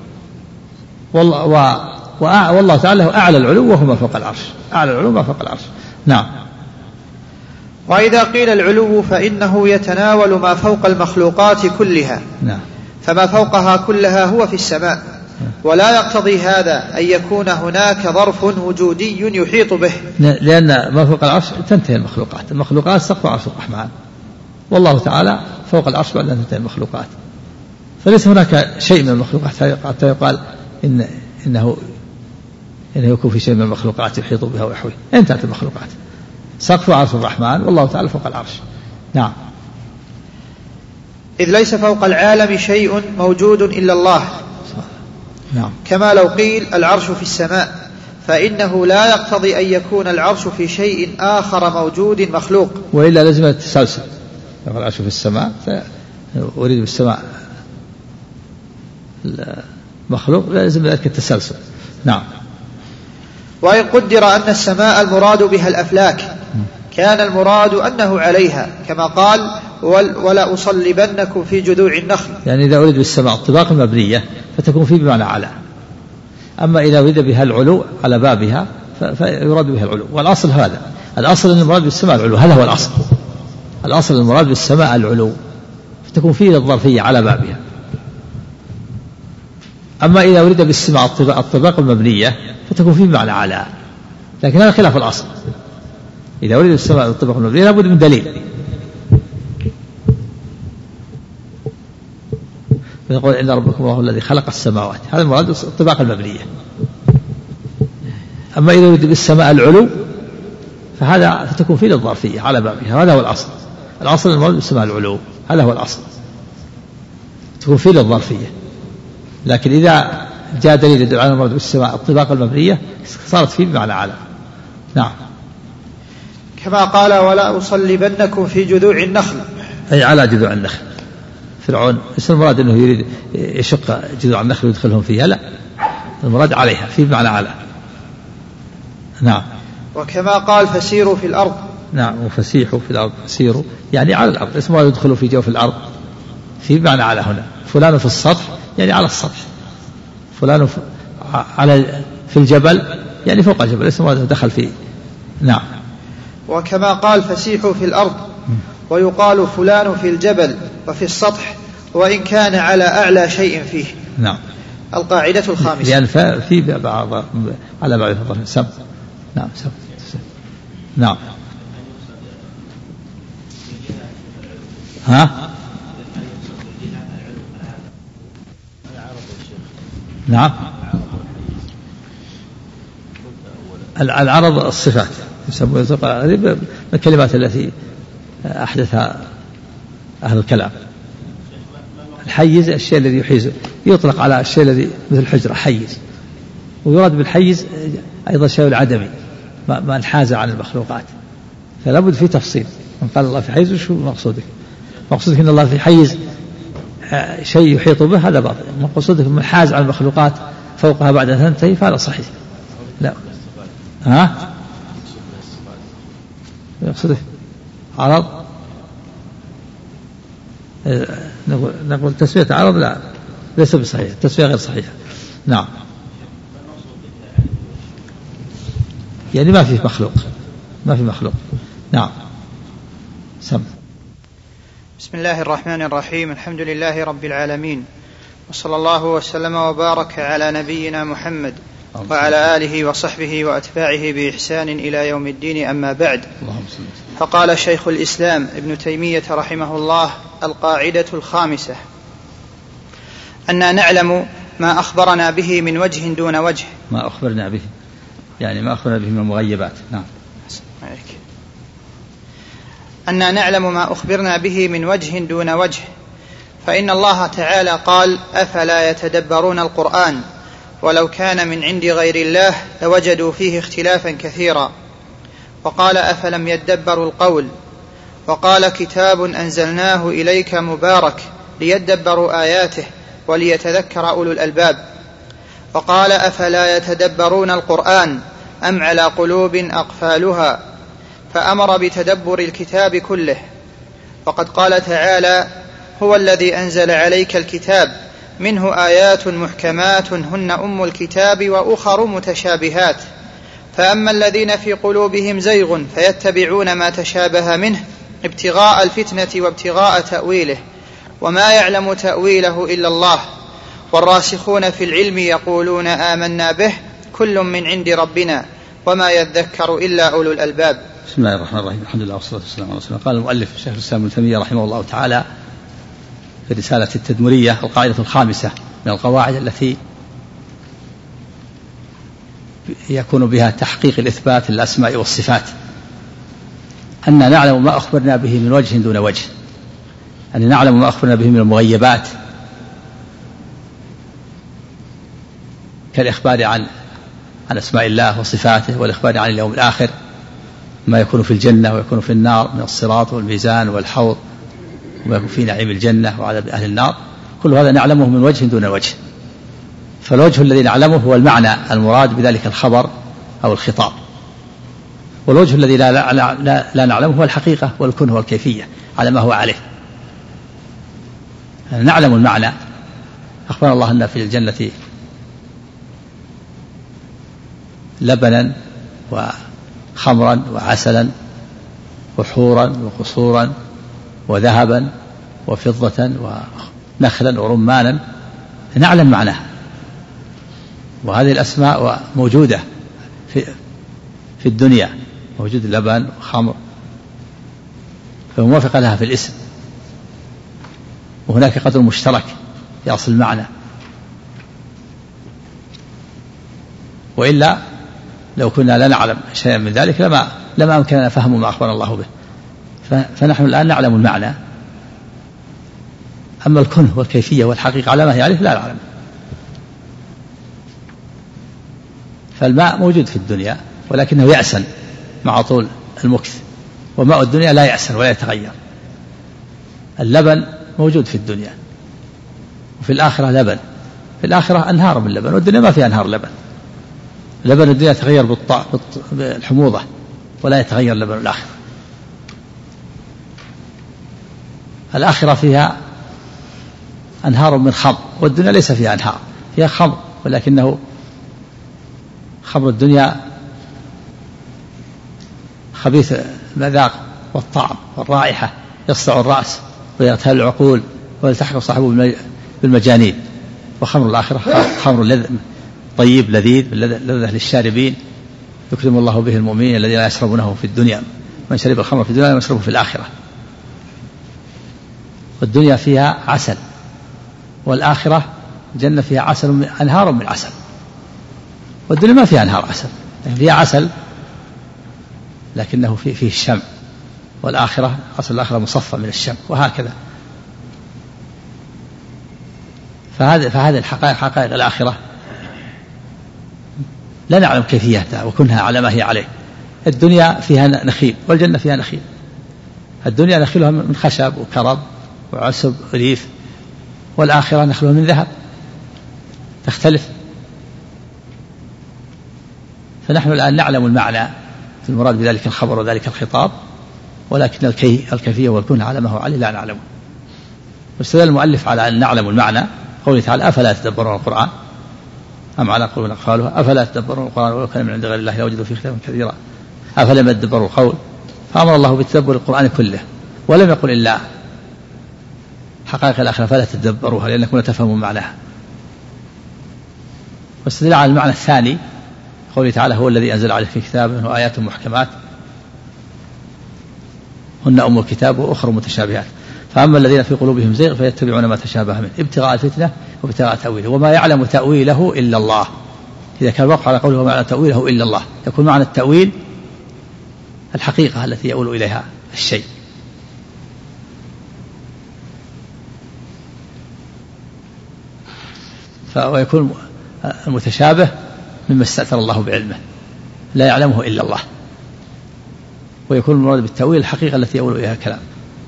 والله تعالى هو أعلى العلو وهو ما فوق العرش، أعلى العلو ما فوق العرش. نعم. وإذا قيل العلو فإنه يتناول ما فوق المخلوقات كلها. نعم. فما فوقها كلها هو في السماء، ولا يقتضي هذا أن يكون هناك ظرف وجودي يحيط به، لأن ما فوق العرش تنتهي المخلوقات سقف عرش الرحمن، والله تعالى فوق العرش بعد أن تنتهي المخلوقات، فليس هناك شيء من المخلوقات حتى يقال إنه يكون في شيء من المخلوقات يحيط بها ويحوي. انتهت المخلوقات، سقف عرش الرحمن والله تعالى فوق العرش. نعم. إذ ليس فوق العالم شيء موجود إلا الله. نعم. كما لو قيل العرش في السماء، فإنه لا يقتضي أن يكون العرش في شيء آخر موجود مخلوق، وإلا لازم التسلسل. العرش في السماء أريد بالسماء مخلوق، لازم ذلك التسلسل. نعم. وإن قدر أن السماء المراد بها الأفلاك كان المراد أنه عليها، كما قال ولا أصلبنكم في جذوع النخل. يعني إذا أريد بالسماء الطباق المبنية فتكون فيه بمعنى على، أما إذا أريد بها العلو على بابها فيراد بها العلو، والأصل هذا، الأصل أن المراد بالسماء العلو، هذا هو الأصل. الأصل المراد بالسماء العلو فتكون فيه الظرفية على بابها. أما إذا أريد بالسماء الطباق المبنية فتكون فيه بمعنى على، لكن هذا خلاف الأصل. إذا أريد بالسماء الطباق المبنية لابد من دليل. يقول إن ربكم الله الذي خلق السماوات، هذا المراد الطباق المبنية. أما إذا أريد بالسماء العلو فهذا فتكون فيه الظرفية على بابها، هذا هو الأصل. الأصل المراد بالسماء العلو، هذا هو الأصل، تكون فيه الظرفية. لكن إذا جاء دليل يدل على المراد بالسماء الطباق المبنية صارت فيه بمعنى على. نعم. كما قال ولا أصلبنكم في جذوع النخل، أي على جذوع النخل. فرعون ليس المراد أنه يريد يشق جذوع النخل ويدخلهم فيها، لا، المراد عليها في بمعنى على. نعم. وكما قال فسيروا في الأرض. نعم. وفسيحوا في الأرض، سيروا يعني على الأرض، ليس المراد يدخلوا في جوف الأرض، في بمعنى على. هنا فلان في السطح يعني على السطح، فلان في الجبل يعني فوق الجبل، ليس المراد دخل فيه. نعم. وكما قال فسيحوا في الأرض، ويقال فلان في الجبل وفي السطح وإن كان على أعلى شيء فيه. نعم. القاعدة الخامسة. يعني في بعض على بعض الظرف سب. نعم سب. نعم. ها. نعم. العرض الصفات يسمونه هذه الكلمات التي أحدثها أهل الكلام. الحيز الشيء الذي يحيز، يطلق على الشيء الذي مثل الحجرة حيز، ويراد بالحيز أيضا شيء العدمي ما انحاز عن المخلوقات، فلا بد في تفصيل. من قال الله في حيز وشو مقصودك؟ مقصودك أن الله في حيز شيء يحيط به، هذا باطل. مقصودك منحاز عن المخلوقات فوقها بعد أن تنتهي، فهذا صحيح. لا. ها؟ يقصده عرض، نقول تسوية عرض لا، ليس بصحيح، التسوية غير صحيحة. نعم. يعني ما في مخلوق. نعم. سم. بسم الله الرحمن الرحيم. الحمد لله رب العالمين، وصلى الله وسلم وبارك على نبينا محمد وعلى آله وصحبه وأتباعه بإحسان إلى يوم الدين. أما بعد، فقال شيخ الإسلام ابن تيمية رحمه الله: القاعدة الخامسة أننا نعلم ما أخبرنا به من وجه دون وجه. ما أخبرنا به يعني ما أخبرنا به من المغيبات. نعم. أننا نعلم ما أخبرنا به من وجه دون وجه، فإن الله تعالى قال: أفلا يتدبرون القرآن ولو كان من عند غير الله لوجدوا فيه اختلافا كثيرا. وقال: أفلم يدبروا القول. وقال: كتاب أنزلناه إليك مبارك ليدبروا آياته وليتذكر أولو الألباب. وقال: أفلا يتدبرون القرآن أم على قلوب أقفالها، فأمر بتدبر الكتاب كله. وقد قال تعالى: هو الذي أنزل عليك الكتاب منه آيات محكمات هن أم الكتاب وأخر متشابهات فأما الذين في قلوبهم زيغ فيتبعون ما تشابه منه ابتغاء الفتنة وابتغاء تأويله وما يعلم تأويله إلا الله والراسخون في العلم يقولون آمنا به كل من عند ربنا وما يذكر إلا أولو الألباب. بسم الله الرحمن الرحيم. الحمد لله والصلاة والسلام على رسول الله. قال المؤلف شيخ الإسلام ابن تيمية رحمه الله تعالى في رسالة التدمرية القاعدة الخامسة من القواعد التي يكون بها تحقيق الإثبات للأسماء والصفات أن نعلم ما أخبرنا به من وجه دون وجه، أن نعلم ما أخبرنا به من المغيبات كالإخبار عن أسماء الله وصفاته والإخبار عن اليوم الآخر، ما يكون في الجنة ويكون في النار من الصراط والميزان والحوض وما يكون في نعيم الجنة وعذاب أهل النار، كل هذا نعلمه من وجه دون وجه. فالوجه الذي نعلمه هو المعنى المراد بذلك الخبر أو الخطاب، والوجه الذي لا نعلمه هو الحقيقة والكون هو الكيفية على ما هو عليه. نعلم المعنى. أخبر الله أن في الجنة لبنا وخمرا وعسلا وحورا وقصورا وذهبا وفضة ونخلا ورمانا، نعلم معناها، وهذه الأسماء موجودة في الدنيا، موجود لبن وخمر فموافقة لها في الاسم، وهناك قدر مشترك في أصل المعنى، وإلا لو كنا لا نعلم شيئا من ذلك لما أمكننا فهم ما أخبر الله به. فنحن الآن نعلم المعنى، أما الكنه والكيفية والحقيقة على ما هي عليه لا نعلم. فالماء موجود في الدنيا ولكنه يأسن مع طول المكث، وماء الدنيا لا يأسن ولا يتغير. اللبن موجود في الدنيا وفي الآخرة لبن، في الآخرة أنهار من اللبن، والدنيا ما فيها أنهار لبن. لبن الدنيا يتغير بالحموضة ولا يتغير لبن الآخرة. الآخرة فيها أنهار من خمر، والدنيا ليس فيها أنهار، فيها خمر، ولكنه خمر الدنيا خبيث المذاق والطعم والرائحة، يصدع الرأس ويغتال العقول ويلتحق صاحبه بالمجانين. وخمر الآخرة خمر طيب لذيذ لذة للشاربين يكرم الله به المؤمنين الذين يشربونه في الدنيا، من شرب الخمر في الدنيا يشربه في الآخرة. والدنيا فيها عسل، والآخرة الجنة فيها عسل أنهار من عسل، والدنيا ما فيها أنهار عسل، فيها عسل لكنه فيه الشمع، والآخرة عسل الآخرة مصفى من الشمع، وهكذا. فهذه الحقائق حقائق الآخرة لا نعلم كيفيتها وكنها على ما هي عليه. الدنيا فيها نخيل والجنة فيها نخيل، الدنيا نخيلها من خشب وكرب وعسب وريف، والآخرة نخلها من ذهب، تختلف. فنحن الآن نعلم المعنى المراد بذلك الخبر وذلك الخطاب، ولكن الكيفية والكون على ما هو عليه لا نعلمه. واستدل المؤلف على أن نعلم المعنى قوله تعالى أفلا يتدبرون القرآن أم على قلوب أقفالها أفلا يتدبرون القرآن ولو كان من عند غير الله لوجدوا فيه اختلافا كثيرا أفلم يتدبروا القول، فأمر الله بتدبر القرآن كله ولم يقل إلا حقائق الآخرة فلا تتدبروها لأنكم لا تفهمون معناها. واستدل على المعنى الثاني قوله تعالى هو الذي أنزل عليك في كتاب منه آيات محكمات هن أم الكتاب وأخر متشابهات فأما الذين في قلوبهم زيغ فيتبعون ما تشابه منه ابتغاء الفتنة وابتغاء تأويله وما يعلم تأويله إلا الله. إذا كان الوقف على قوله وما يعلم تأويله إلا الله يكون معنى التأويل الحقيقة التي يؤول إليها الشيء. ويكون المتشابه مما استأثر الله بعلمه لا يعلمه إلا الله، ويكون المراد بالتأويل الحقيقة التي يؤول إليها الكلام.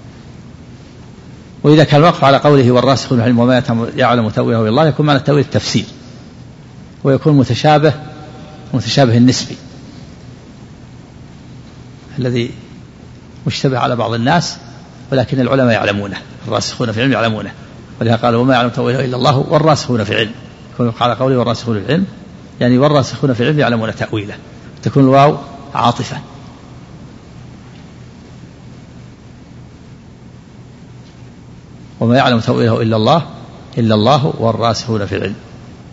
وإذا كان الوقف على قوله والراسخون في العلم وما يعلم تأويله إلا الله يكون معنى التأويل التفسير، ويكون متشابه النسبي الذي مشتبه على بعض الناس ولكن العلماء يعلمونه، الراسخون في العلم يعلمونه، ولذا قال وما يعلم تأويله إلا الله والراسخون في العلم. قال قوله والراسخون في العلم يعني والراسخون في العلم يعلمون تأويله، تكون الواو عاطفة. وما يعلم تأويله إلا الله والراسخون في العلم.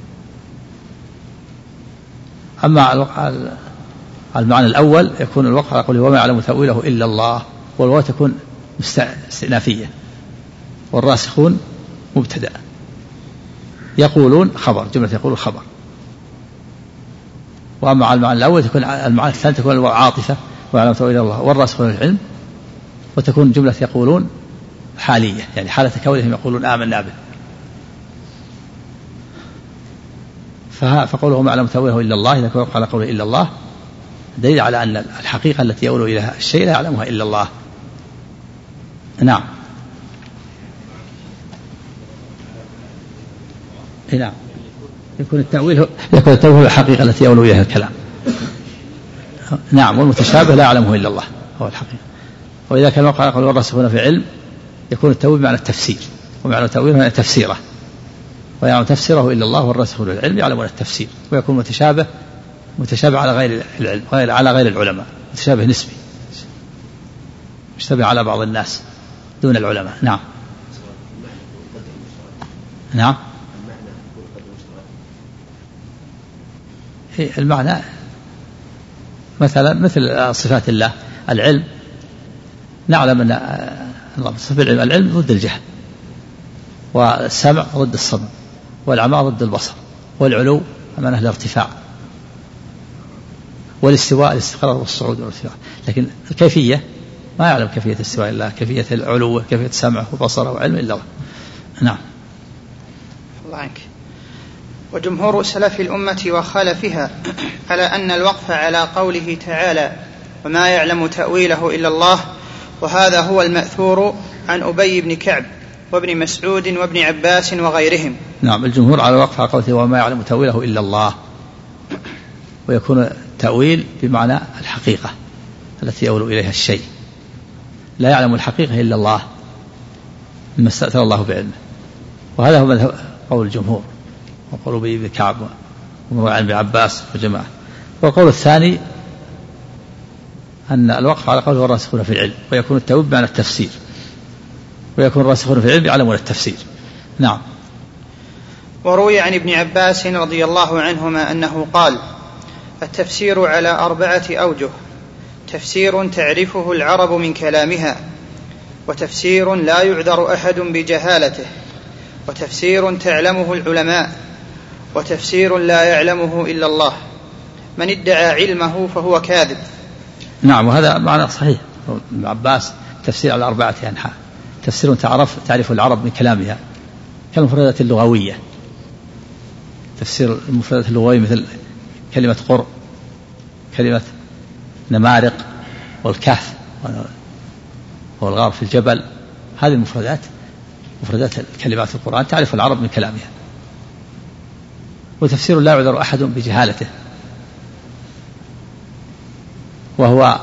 أما المعنى الأول يكون الوقف على قوله وما يعلم تأويله إلا الله، والواو تكون استئنافية، والراسخون مبتدأ، يقولون خبر، جملة يقول خبر. وأما المعنى الأول تكون المعنى الثاني تكون الواو عاطفة ويعلم تأويله الله والراسخون في العلم، وتكون جملة يقولون حالية، يعني حالة كونهم يقولون آمنا به. فقوله ما يعلم تأويله إلا الله إذا كان على قوله إلا الله دليل على أن الحقيقة التي يؤول إليها الشيء لا يعلمها إلا الله. نعم. نعم، يكون التأويل الحقيقة التي يؤول إليها الكلام. نعم، والمتشابه لا يعلمه إلا الله هو الحقيقة. وإذا كان وقع قول الراسخون في علم يكون التأويل معنى التفسير، ومعنى تأويله معنى تفسيره، ويعلم تفسيره إلا الله والراسخون في العلم يعلمون التفسير. ويكون متشابه على غير العلم، على غير العلماء، متشابه نسبي، مشتبه على بعض الناس دون العلماء. نعم. نعم، المعنى مثل صفات الله، العلم نعلم أن العلم ضد الجهل، والسمع ضد الصمم، والعمى ضد البصر، والعلو معناه الارتفاع، والاستواء الاستقرار والصعود والارتفاع. لكن الكيفية ما يعلم كيفية الاستواء إلا كيفية العلو، كيفية سمعه وبصره وعلم إلا الله. نعم. الله عنك. وجمهور سلف الأمة وخلفها على أن الوقف على قوله تعالى وما يعلم تأويله إلا الله، وهذا هو المأثور عن أبي بن كعب وابن مسعود وابن عباس وغيرهم. نعم، الجمهور على الوقف على قوله وما يعلم تأويله إلا الله، ويكون التأويل بمعنى الحقيقة التي يؤول إليها الشيء، لا يعلم الحقيقة إلا الله مما استأثر الله بعلمه. وهذا هو قول الجمهور، وقول أبي بن كعب ومروان بن عباس وجماعة. والقول الثاني أن الوقف على قوله الراسخون في العلم، ويكون التأويل بمعنى التفسير، ويكون الراسخون في العلم يعلمون التفسير. نعم. وروي عن ابن عباس رضي الله عنهما أنه قال التفسير على 4 أوجه: تفسير تعرفه العرب من كلامها، وتفسير لا يعذر أحد بجهالته، وتفسير تعلمه العلماء، وتفسير لا يعلمه إلا الله. من ادعى علمه فهو كاذب. نعم، وهذا معنى صحيح. ابن عباس تفسير على 4 أنحاء: تفسير تعرف العرب من كلامها كالمفردات اللغوية، تفسير المفردات اللغوية مثل كلمة قر، كلمة نمارق، والكهف والغار في الجبل، هذه المفردات مفردات كلمات القرآن تعرف العرب من كلامها. وتفسير لا يعذر أحد بجهالته، وهو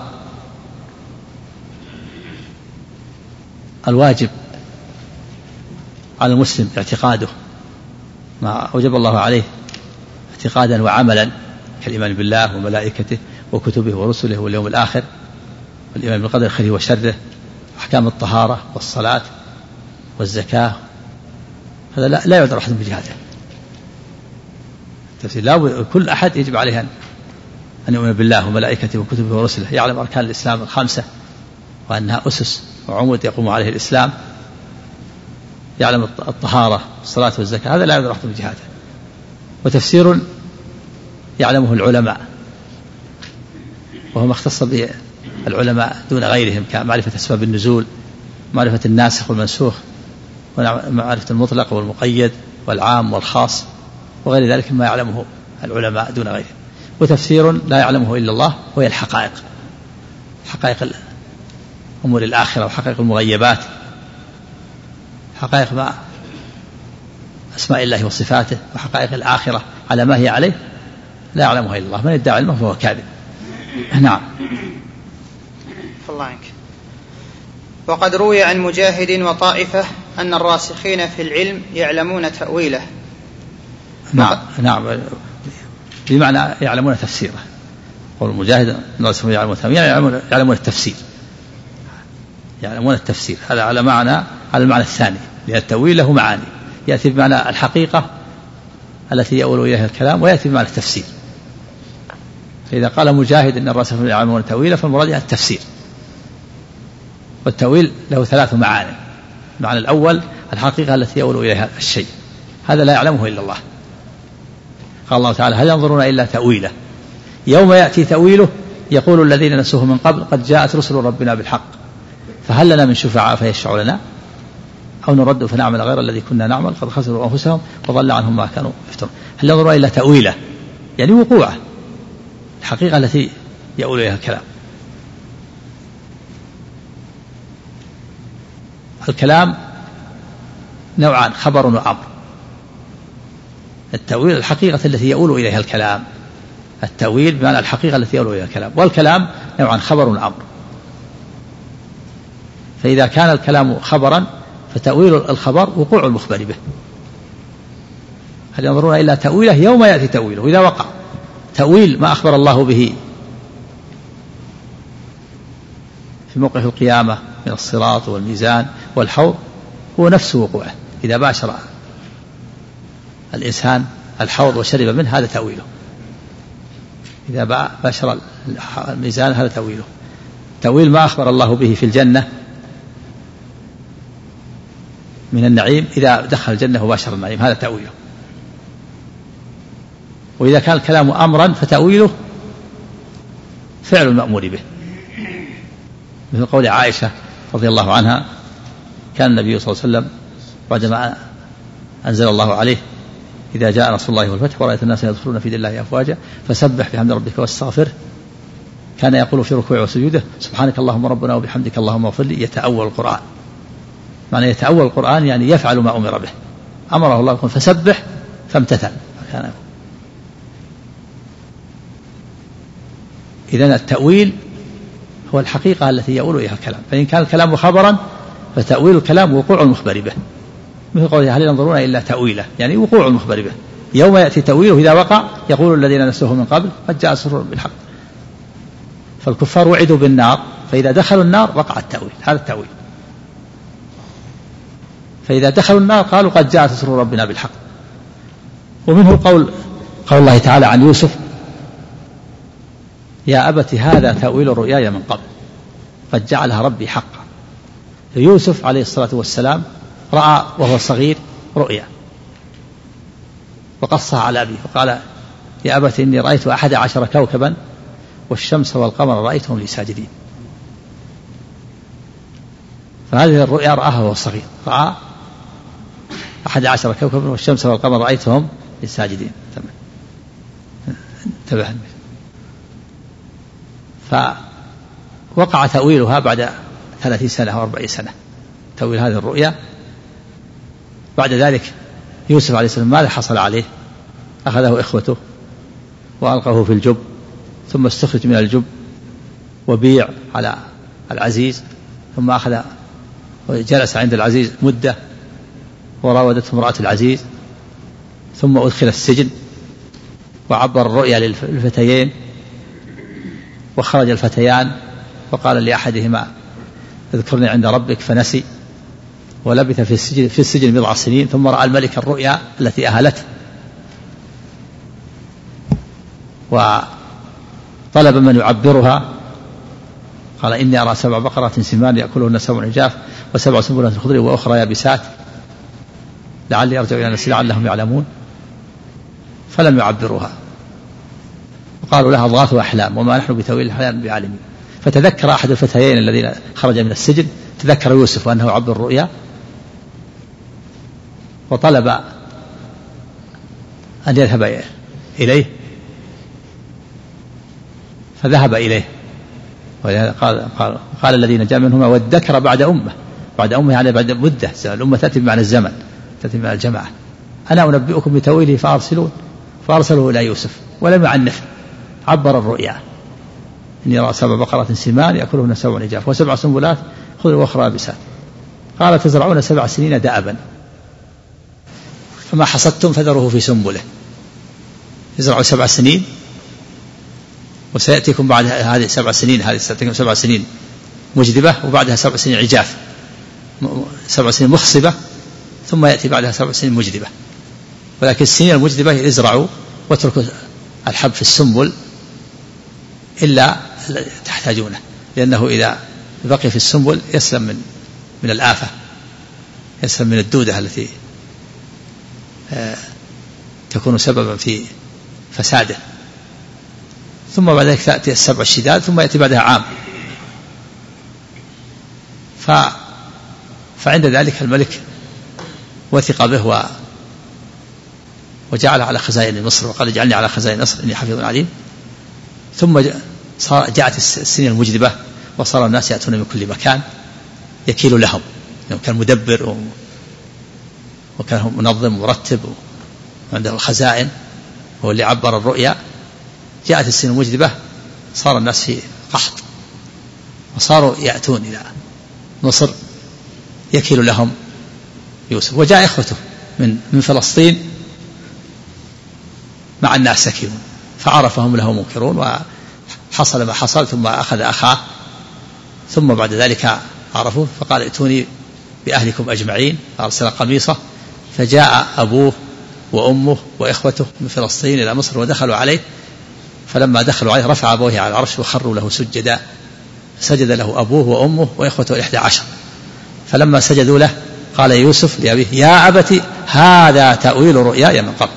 الواجب على المسلم اعتقاده ما أوجب الله عليه اعتقادا وعملا، كالإيمان بالله وملائكته وكتبه ورسله واليوم الآخر، والإيمان بالقدر خيره وشره، أحكام الطهارة والصلاة والزكاة. هذا لا يعذر أحد بجهاده. كل أحد يجب عليه أن يؤمن بالله وملائكته وكتبه ورسله، يعلم أركان الإسلام 5 وأنها أسس وعمود يقوم عليه الإسلام، يعلم الطهارة والصلاة والزكاة، هذا لا يعذر أحد بجهاده. وتفسير يعلمه العلماء، وهو ما اختص به العلماء دون غيرهم، كمعرفة أسباب النزول، معرفة الناسخ والمنسوخ، ومعرفة المطلق والمقيد والعام والخاص، وغير ذلك ما يعلمه العلماء دون غيرهم. وتفسير لا يعلمه إلا الله، وهي الحقائق، حقائق أمور الآخرة وحقائق المغيبات، حقائق ما أسماء الله وصفاته وحقائق الآخرة على ما هي عليه لا يعلمها إلا الله. من ادعى علمه فهو كاذب. نعم. الله عنك. وقد روي عن مجاهد وطائفة أن الراسخين في العلم يعلمون تأويله. نعم بمعنى يعلمون تفسيره. قول المجاهد الراسخين يعلمون تأويله يعلمون التفسير، يعلمون التفسير. هذا على المعنى الثاني، لأن التأويل له معاني، يأتي بمعنى الحقيقة التي يؤول إليها الكلام، ويأتي بمعنى التفسير. فإذا قال مجاهد أن الراسخين يعلمون تأويله فالمراد التفسير. والتأويل له 3 معاني. المعنى الأول الحقيقة التي يؤول إليها الشيء، هذا لا يعلمه إلا الله. قال الله تعالى: هل ينظرون إلا تأويله يوم يأتي تأويله يقول الذين نسوه من قبل قد جاءت رسل ربنا بالحق فهل لنا من شفعاء فيشفعوا لنا أو نرد فنعمل غير الذي كنا نعمل قد خسروا أنفسهم وضل عنهم ما كانوا يفترون. هل ينظرون إلا تأويله يعني وقوعه، الحقيقة التي يؤول إليها الكلام. الكلام نوعان: خبر وأمر. التأويل الحقيقة التي يؤول إليها الكلام، التأويل بمعنى الحقيقة التي يؤول إليها الكلام. والكلام نوعان: خبر وأمر. فإذا كان الكلام خبرا فتأويل الخبر وقوع المخبر به. هل ينظرون إلا تأويله يوم يأتي تأويله. إذا وقع تأويل ما أخبر الله به في موقف القيامة من الصراط والميزان والحوض هو نفس وقوعه. إذا باشر الإنسان الحوض وشرب منه هذا تأويله. إذا باشر الميزان هذا تأويله. تأويل ما أخبر الله به في الجنة من النعيم، إذا دخل الجنة وباشر النعيم هذا تأويله. وإذا كان الكلام أمرا فتأويله فعل المأمور به، مثل قول عائشة رضي الله عنها: كان النبي صلى الله عليه وسلم بعدما أنزل الله عليه: إذا جاء نصر الله والفتح ورأيت الناس يدخلون في دين الله أفواجا فسبح بحمد ربك واستغفره. كان يقول في ركوعه وسجوده: سبحانك اللهم ربنا وبحمدك اللهم اغفر لي. يتأول القرآن، معنى يتأول القرآن يعني يفعل ما أمر به. أمره الله يقول فسبح فامتثل. إذن التأويل هو الحقيقة التي يؤول إليها الكلام. فإن كان الكلام خبرا فتأويل الكلام وقوع المخبر به، مثل قوله: هل ينظرون إلا تأويله يعني وقوع المخبر به. يوم يأتي تأويله إذا وقع يقول الذين نسوه من قبل قد جاء رسول بالحق. فالكفار وعدوا بالنار، فإذا دخلوا النار وقع التأويل، هذا التأويل. فإذا دخلوا النار قالوا قد جاءت رسل ربنا بالحق. ومنه قول الله تعالى عن يوسف: يا أبت هذا تأويل رؤياي من قبل قد جعلها ربي حقا. يوسف عليه الصلاة والسلام رأى وهو صغير رؤيا وقصها على أبيه وقال: يا أبت إني رأيت 11 كوكبا والشمس والقمر رأيتهم لي ساجدين. فهذه الرؤيا رآها وهو صغير، رأى 11 كوكبا والشمس والقمر رأيتهم لي ساجدين. انتبه. فوقع تأويلها بعد 30 سنة أو 40 سنة، تأويل هذه الرؤيا. بعد ذلك يوسف عليه السلام ماذا حصل عليه؟ أخذه إخوته وألقوه في الجب، ثم استخرج من الجب وبيع على العزيز، ثم أخذ وجلس عند العزيز مدة وراودته امرأة العزيز، ثم أدخل السجن وعبر الرؤيا للفتيين، وخرج الفتيان وقال لأحدهما: اذكرني عند ربك، فنسي ولبث في السجن 10 سنين، ثم رأى الملك الرؤيا التي أهلته وطلب من يعبرها، قال: إني أرى 7 بقرات سمان يأكلهن 7 عجاف و7 سنبلات خضر وأخرى يابسات لعلي أرجع إلى الناس لعلهم يعلمون. فلم يعبروها وقالوا لها أضغاث أحلام وما نحن بتأويل الأحلام بعالمين. فتذكر أحد الفتيين الذين خرج من السجن، تذكر يوسف وأنه عبر الرؤيا، وطلب أن يذهب إليه، فذهب إليه. قال الذي نجا منهما وادكر بعد أمه يعني بعد مدة. الأمة تأتي بمعنى الزمن، تأتي بمعنى الجماعة. أنا أنبئكم بتأويله فأرسلوه إلى يوسف ولم يعنف، عبر الرؤيا: إني أرى 7 بقرات سمان يأكلهن 7 عجاف و7 سنبلات خضر وأخرى يابسات. قال تزرعون 7 سنين دأبا فما حصدتم فذروه في سنبله. يزرعوا 7 سنين وسيأتيكم بعد هذه 7 سنين، هذه ستأتيكم 7 سنين مجدبة وبعدها 7 سنين عجاف، 7 سنين مخصبة، ثم يأتي بعدها 7 سنين مجدبة. ولكن السنين المجدبة يزرعوا واتركوا الحب في السنبل إلا تحتاجونه، لأنه إذا بقي في السنبل يسلم من الآفة، يسلم من الدودة التي تكون سببا في فساده. ثم بعد ذلك تأتي 7 الشداد، ثم يأتي بعدها عام. فعند ذلك الملك وثق به وجعل على خزائن مصر، وقال اجعلني على خزائن مصر إني حفيظ عليم. ثم جاءت السنين المجدبة وصار الناس يأتون من كل مكان يكيل لهم، كان مدبر وكان منظم مرتب وعنده الخزائن هو اللي عبر الرؤيا. جاءت السنين المجدبة صار الناس في قحط، وصاروا يأتون إلى مصر يكيل لهم يوسف. وجاء إخوته من فلسطين مع الناس سكينون فعرفهم له منكرون، وحصل ما حصل. ثم أخذ أخاه، ثم بعد ذلك عرفوه فقال ائتوني بأهلكم أجمعين، فأرسل قميصه فجاء أبوه وأمه وإخوته من فلسطين إلى مصر ودخلوا عليه. فلما دخلوا عليه رفع أبوه على العرش وخروا له سجدا، سجد له أبوه وأمه وإخوته 11. فلما سجدوا له قال يوسف لأبيه يا أبت هذا تأويل رؤياي من قبل.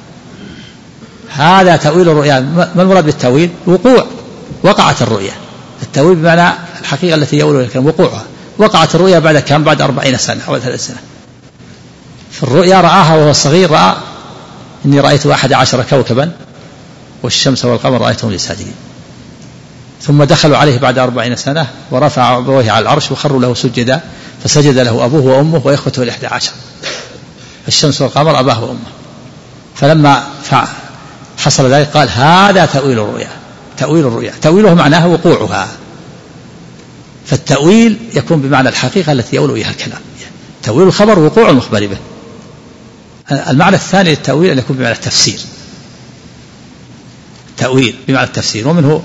هذا تأويل الرؤيا. ما المراد بالتأويل؟ وقعت الرؤيا. التأويل بمعنى الحقيقة التي يؤول الكلام وقوعها. وقعت الرؤيا بعد كم؟ بعد 40 سنة أو 3 سنة. في الرؤيا رآها وهو صغير، رأى إني رأيت 11 كوكبا والشمس والقمر رأيتهم لي ساجدين. ثم دخلوا عليه بعد 40 سنة ورفع أبويه على العرش وخروا له سجدا، فسجد له أبوه وأمه وإخوته 11. الشمس والقمر أباه وأمه. فلما حصل ذلك قال هذا تأويل الرؤيا. تأويل الرؤيا تأويله معناه وقوعها. فالتأويل يكون بمعنى الحقيقة التي يؤول إليها الكلام. تأويل الخبر وقوع المخبر به. المعنى الثاني للتأويل أن يكون بمعنى التفسير. تأويل بمعنى التفسير. ومنه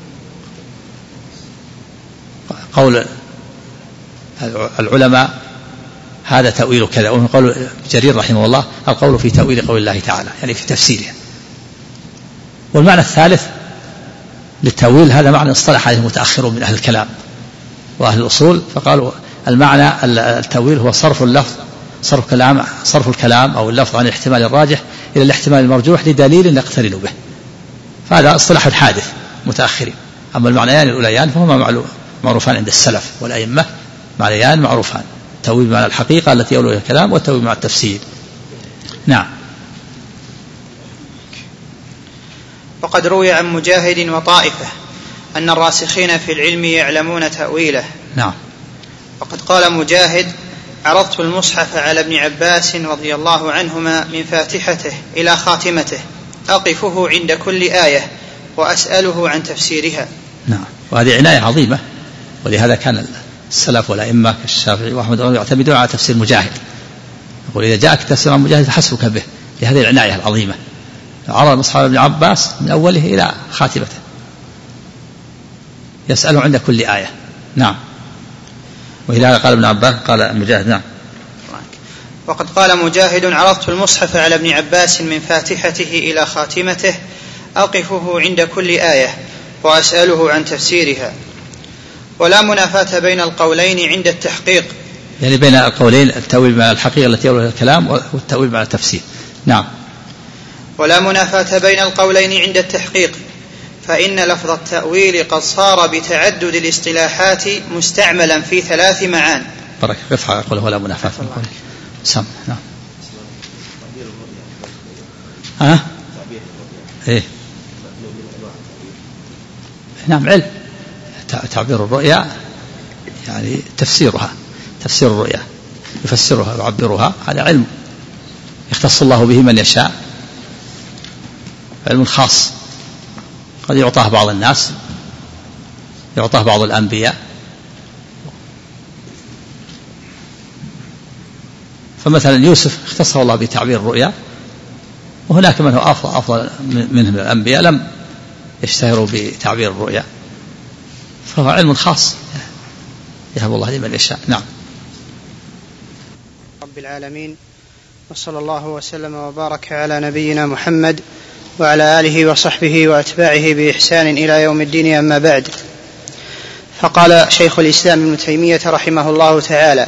قول العلماء هذا تأويل كذا، ومن قول جرير رحمه الله القول في تأويل قول الله تعالى، يعني في تفسيره. والمعنى الثالث للتأويل هذا معنى اصطلح عليه المتأخرون من أهل الكلام وأهل الأصول، فقالوا المعنى التأويل هو صرف اللفظ، صرف الكلام أو اللفظ عن الاحتمال الراجح إلى الاحتمال المرجوح لدليل نقترن به. فهذا اصطلاح حادث متأخرين. أما المعنيان الأوليان فهما معروفان عند السلف والأئمة، معنيان معروفان: التأويل بمعنى الحقيقة التي يؤول إليها الكلام، والتأويل بمعنى التفسير. نعم. وقد روي عن مجاهد وطائفة أن الراسخين في العلم يعلمون تأويله. نعم. وقد قال مجاهد: عرضت المصحف على ابن عباس رضي الله عنهما من فاتحته إلى خاتمته أقفه عند كل آية وأسأله عن تفسيرها. نعم. وهذه عناية عظيمة، ولهذا كان السلف والأئمة كالشافعي وأحمد يعتمدون على تفسير مجاهد. يقول إذا جاءك تفسير مجاهد فحسبك به، لهذه العناية العظيمة. عرض المصحف ابن عباس من أوله إلى خاتمته يسأله عند كل آية. نعم. وإلى هذا قال ابن عباس قال مجاهد. نعم. وقد قال مجاهد: عرضت المصحف على ابن عباس من فاتحته إلى خاتمته أقفه عند كل آية وأسأله عن تفسيرها. ولا منافاة بين القولين عند التحقيق، يعني بين القولين التأويل مع الحقيقة التي يؤول الكلام والتأويل مع التفسير. نعم. ولا منافاة بين القولين عند التحقيق، فإن لفظ التأويل قد صار بتعدد الاصطلاحات مستعملا في 3 معان. بركة رفع أقول ولا منافاة. سم. نعم. إيه. نعم. علم تعبير الرؤيا يعني تفسيرها، تفسير الرؤيا يفسرها ويعبرها، هذا علم يختص الله به من يشاء، علم خاص قد يعطاه بعض الناس، يعطاه بعض الأنبياء فمثلا يوسف اختصه الله بتعبير الرؤيا، وهناك من هو أفضل منه من الأنبياء لم يشتهروا بتعبير الرؤيا، فهو علم خاص يهب الله لمن يشاء. نعم. رب العالمين، وصلى الله وسلم وبارك على نبينا محمد وعلى آله وصحبه وأتباعه بإحسان إلى يوم الدين. أما بعد، فقال شيخ الإسلام ابن تيمية رحمه الله تعالى: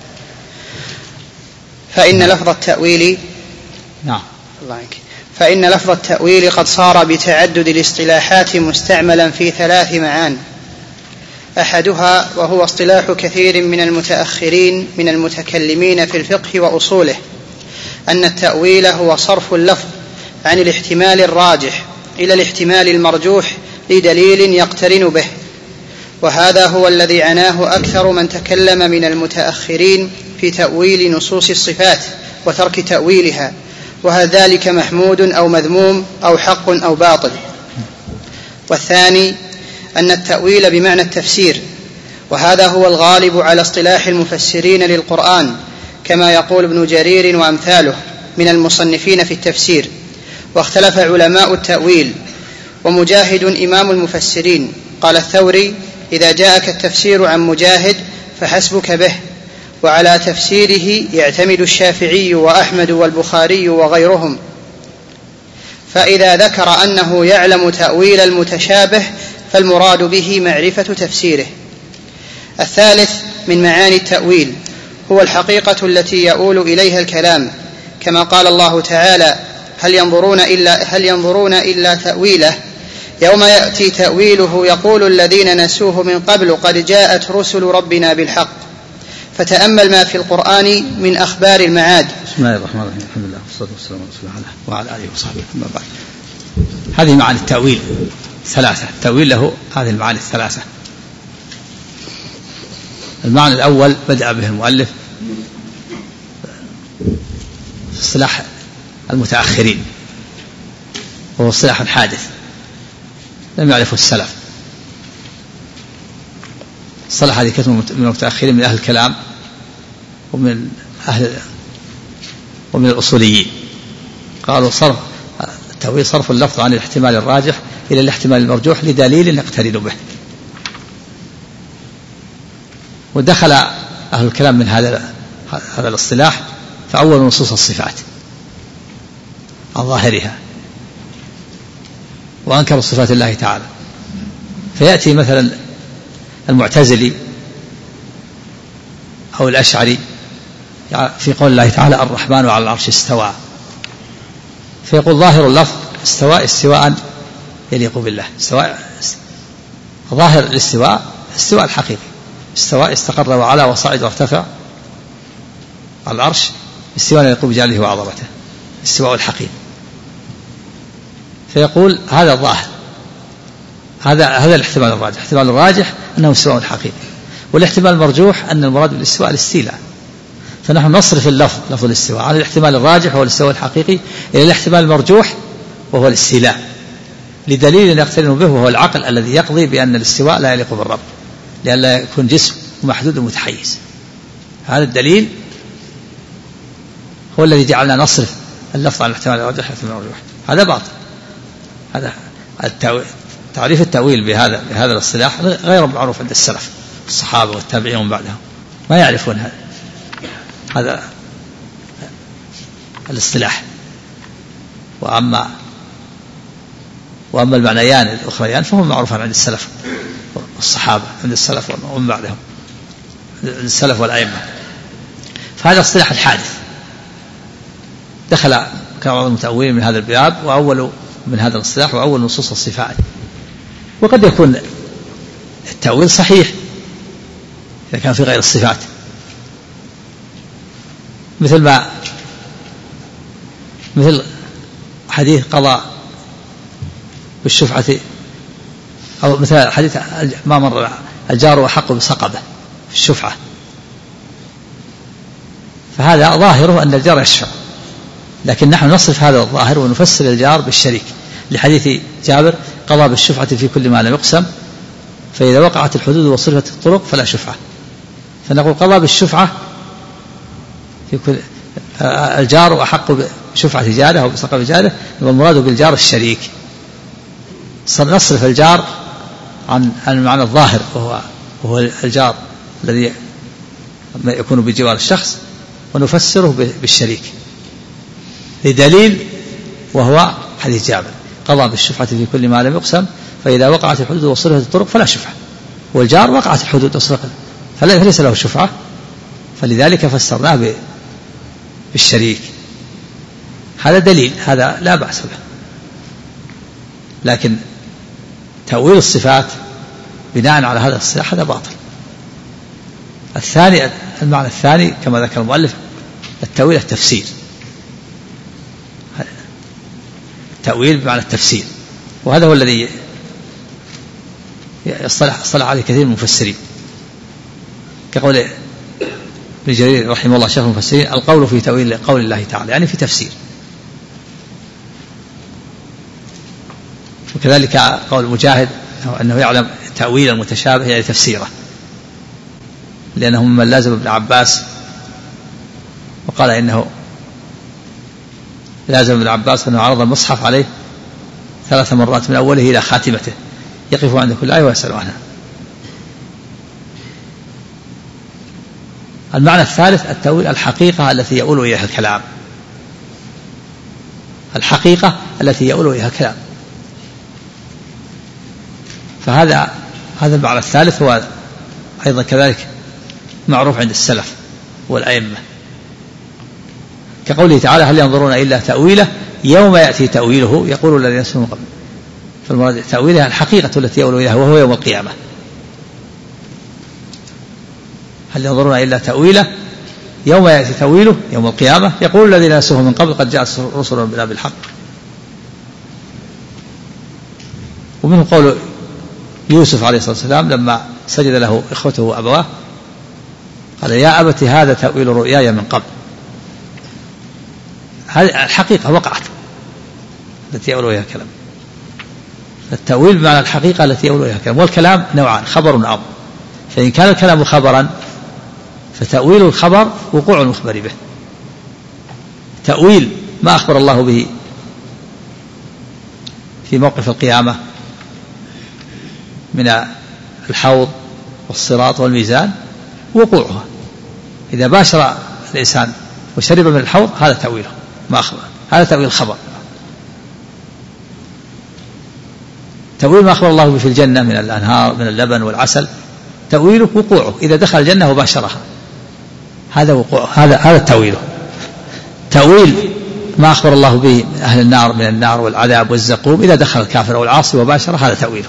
فإن لفظ التأويل فإن لفظ التأويل قد صار بتعدد الاصطلاحات مستعملا في 3 معان. أحدها، وهو اصطلاح كثير من المتأخرين من المتكلمين في الفقه وأصوله، أن التأويل هو صرف اللفظ عن الاحتمال الراجح إلى الاحتمال المرجوح لدليل يقترن به، وهذا هو الذي عناه أكثر من تكلم من المتأخرين في تأويل نصوص الصفات وترك تأويلها، وهل ذلك محمود أو مذموم أو حق أو باطل. والثاني، أن التأويل بمعنى التفسير، وهذا هو الغالب على اصطلاح المفسرين للقرآن، كما يقول ابن جرير وأمثاله من المصنفين في التفسير. واختلف علماء التأويل، ومجاهد إمام المفسرين. قال الثوري: إذا جاءك التفسير عن مجاهد فحسبك به، وعلى تفسيره يعتمد الشافعي وأحمد والبخاري وغيرهم، فإذا ذكر أنه يعلم تأويل المتشابه فالمراد به معرفة تفسيره. الثالث من معاني التأويل هو الحقيقة التي يؤول إليها الكلام، كما قال الله تعالى: هل ينظرون إلا تأويله، يوم يأتي تأويله يقول الذين نسوه من قبل قد جاءت رسل ربنا بالحق. فتأمل ما في القرآن من أخبار المعاد. بسم الله الرحمن الرحيم، الحمد لله والصلاة والسلام على رسول الله وعلى آله وصحبه. أما بعد، هذه معاني التأويل 3. التأويل له هذه المعاني 3. المعنى الأول بدأ به المؤلف في اصطلاح المتأخرين، وهو اصطلاح حادث لم يعرفه السلف. اصطلح هذه كثير من المتأخرين من أهل الكلام ومن الأصوليين، قالوا التأويل صرف اللفظ عن الاحتمال الراجح إلى الاحتمال المرجوح لدليل يقترن به. ودخل أهل الكلام من هذا الاصطلاح فأول نصوص الصفات عن ظاهرها، وأنكروا صفات الله تعالى. فيأتي مثلا المعتزلي أو الأشعري في قول الله تعالى: الرحمن على العرش استوى، فيقول ظاهر اللفظ استواء يليق بالله، ظاهر الاستواء الحقيقي، استواء استقر وعلى وصعد وارتفع على العرش، استواء يليق بجلاله وعظمته، استواء الحقيقي. فيقول هذا الظاهر، هذا الاحتمال الراجح. الاحتمال الراجح أنه استواء حقيقي، والاحتمال المرجوح أن المراد بالاستواء الاستيلاء. فنحن نصرف لفظ الاستواء عن الاحتمال الراجح وهو الاستواء الحقيقي إلى الاحتمال المرجوح وهو الاستيلاء، لدليل يقترن به وهو العقل الذي يقضي بأن الاستواء لا يليق بالرب، لئلا يكون جسم محدود ومتحيز. هذا الدليل هو الذي جعلنا نصرف اللفظ عن الاحتمال الراجح والاحتمال المرجوح. هذا باطل. هذا تعريف التأويل بهذا الاصطلاح غير معروف عند السلف الصحابة والتابعين ومن بعدهم، ما يعرفون هذا الاصطلاح. وأما المعنيان الأخريان فهم معروفان عند السلف والصحابة، عند السلف ومن بعدهم، عند السلف والأئمة. فهذا اصطلاح الحادث دخل كبعض المتأولين من هذا الباب، وأول من هذا الاصطلاح وأول نصوص الصفات. وقد يكون التأويل صحيح إذا كان في غير الصفات، مثل حديث قضى بالشفعة، أو مثل حديث ما مر الجار أحق بسقبه في الشفعة، فهذا ظاهره أن الجار يشفع، لكن نحن نصرف هذا الظاهر ونفسر الجار بالشريك، لحديث جابر: قضى بالشفعة في كل ما لم يقسم، فإذا وقعت الحدود وصرفت الطرق فلا شفعة. فنقول قضى بالشفعة الجار أحق بشفعة جاره أو بسقف جاره، والمراد بالجار الشريك. نصرف الجار عن المعنى الظاهر وهو الجار الذي يكون بجوار الشخص، ونفسره بالشريك لدليل وهو حديث جابر: قضى بالشفعة في كل ما لم يقسم، فإذا وقعت الحدود وصرفت الطرق فلا شفعة. والجار وقعت الحدود وصرفت فليس له شفعة، فلذلك فسرناه بالشريك. هذا دليل، هذا لا بأس به. لكن تأويل الصفات بناء على هذا الصلاح هذا باطل. الثاني، المعنى الثاني كما ذكر المؤلف، التأويل التفسير. التأويل بمعنى التفسير، وهذا هو الذي اصطلح عليه كثير من المفسرين، كقول ابن جرير رحمه الله شيخ المفسرين: القول في تأويل قول الله تعالى، يعني في تفسير. وكذلك قول مجاهد أنه يعلم تأويل المتشابه يعني تفسيره، لأنه ممن لازم ابن عباس، وقال إنه لازم ابن عباس أنه عرض المصحف عليه 3 مرات من أوله إلى خاتمته، يقف عند كل آية ويسأل عنها. المعنى الثالث التأويل الحقيقة التي يؤول إليها الكلام، الحقيقة التي يؤول إليها الكلام. فهذا المعنى الثالث هو أيضا كذلك معروف عند السلف والأئمة، كقوله تعالى: هل ينظرون إلا تأويله يوم يأتي تأويله يقول الذين نسوا من قبل. فالمراد تأويلها الحقيقة التي يؤول إليها وهو يوم القيامة. هل ينظرون إلا تأويله يوم يأتي تأويله يوم القيامة يقول الذين نسوه من قبل قد جاءت رسل ربنا بالحق. ومنه قول يوسف عليه الصلاة والسلام لما سجد له إخوته وأبواه: قال: يا أبت هذا تأويل رؤياي من قبل. هذه الحقيقة وقعت التي يؤول إليها الكلام. التأويل بمعنى الحقيقة التي يؤول إليها الكلام. والكلام نوعان: خبر وأمر. فإن كان الكلام خبرا فتأويل الخبر وقوع المخبر به. تأويل ما أخبر الله به في موقف القيامة من الحوض والصراط والميزان وقوعها، إذا باشر الإنسان وشرب من الحوض هذا تأويله ما أخبر، هذا تأويل الخبر. تأويل ما أخبر الله به في الجنة من الأنهار من اللبن والعسل، تأويله وقوعه إذا دخل الجنة وباشرها، هذا وقوع، هذا تأويله. تأويل ما أخبر الله به أهل النار من النار والعذاب والزقوم إذا دخل الكافر أو العاصي وباشره، هذا تأويله.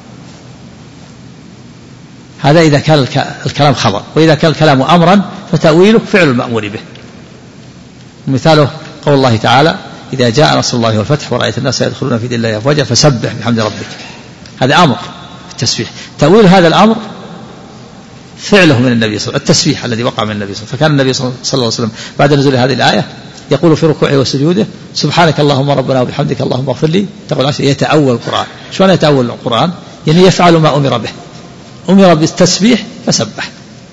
هذا إذا كان الكلام خبر. وإذا كان الكلام أمرا فتأويله فعل المأمور به. مثاله قول الله تعالى: إذا جاء نصر الله والفتح ورأيت الناس يدخلون في دين الله أفواجا فسبح بحمد ربك. هذا أمر التسبيح. تأويل هذا الأمر فعله من النبي صلى الله عليه وسلم، التسبيح الذي وقع من النبي صلى الله عليه وسلم. فكان النبي صلى الله عليه وسلم بعد نزول هذه الآية يقول في ركوعه وسجوده: سبحانك اللهم ربنا وبحمدك اللهم اغفر لي. تقول عشر يتأول القرآن. شلون يتأول القرآن؟ يعني يفعل ما أمر به، أمر بالتسبيح فسبح.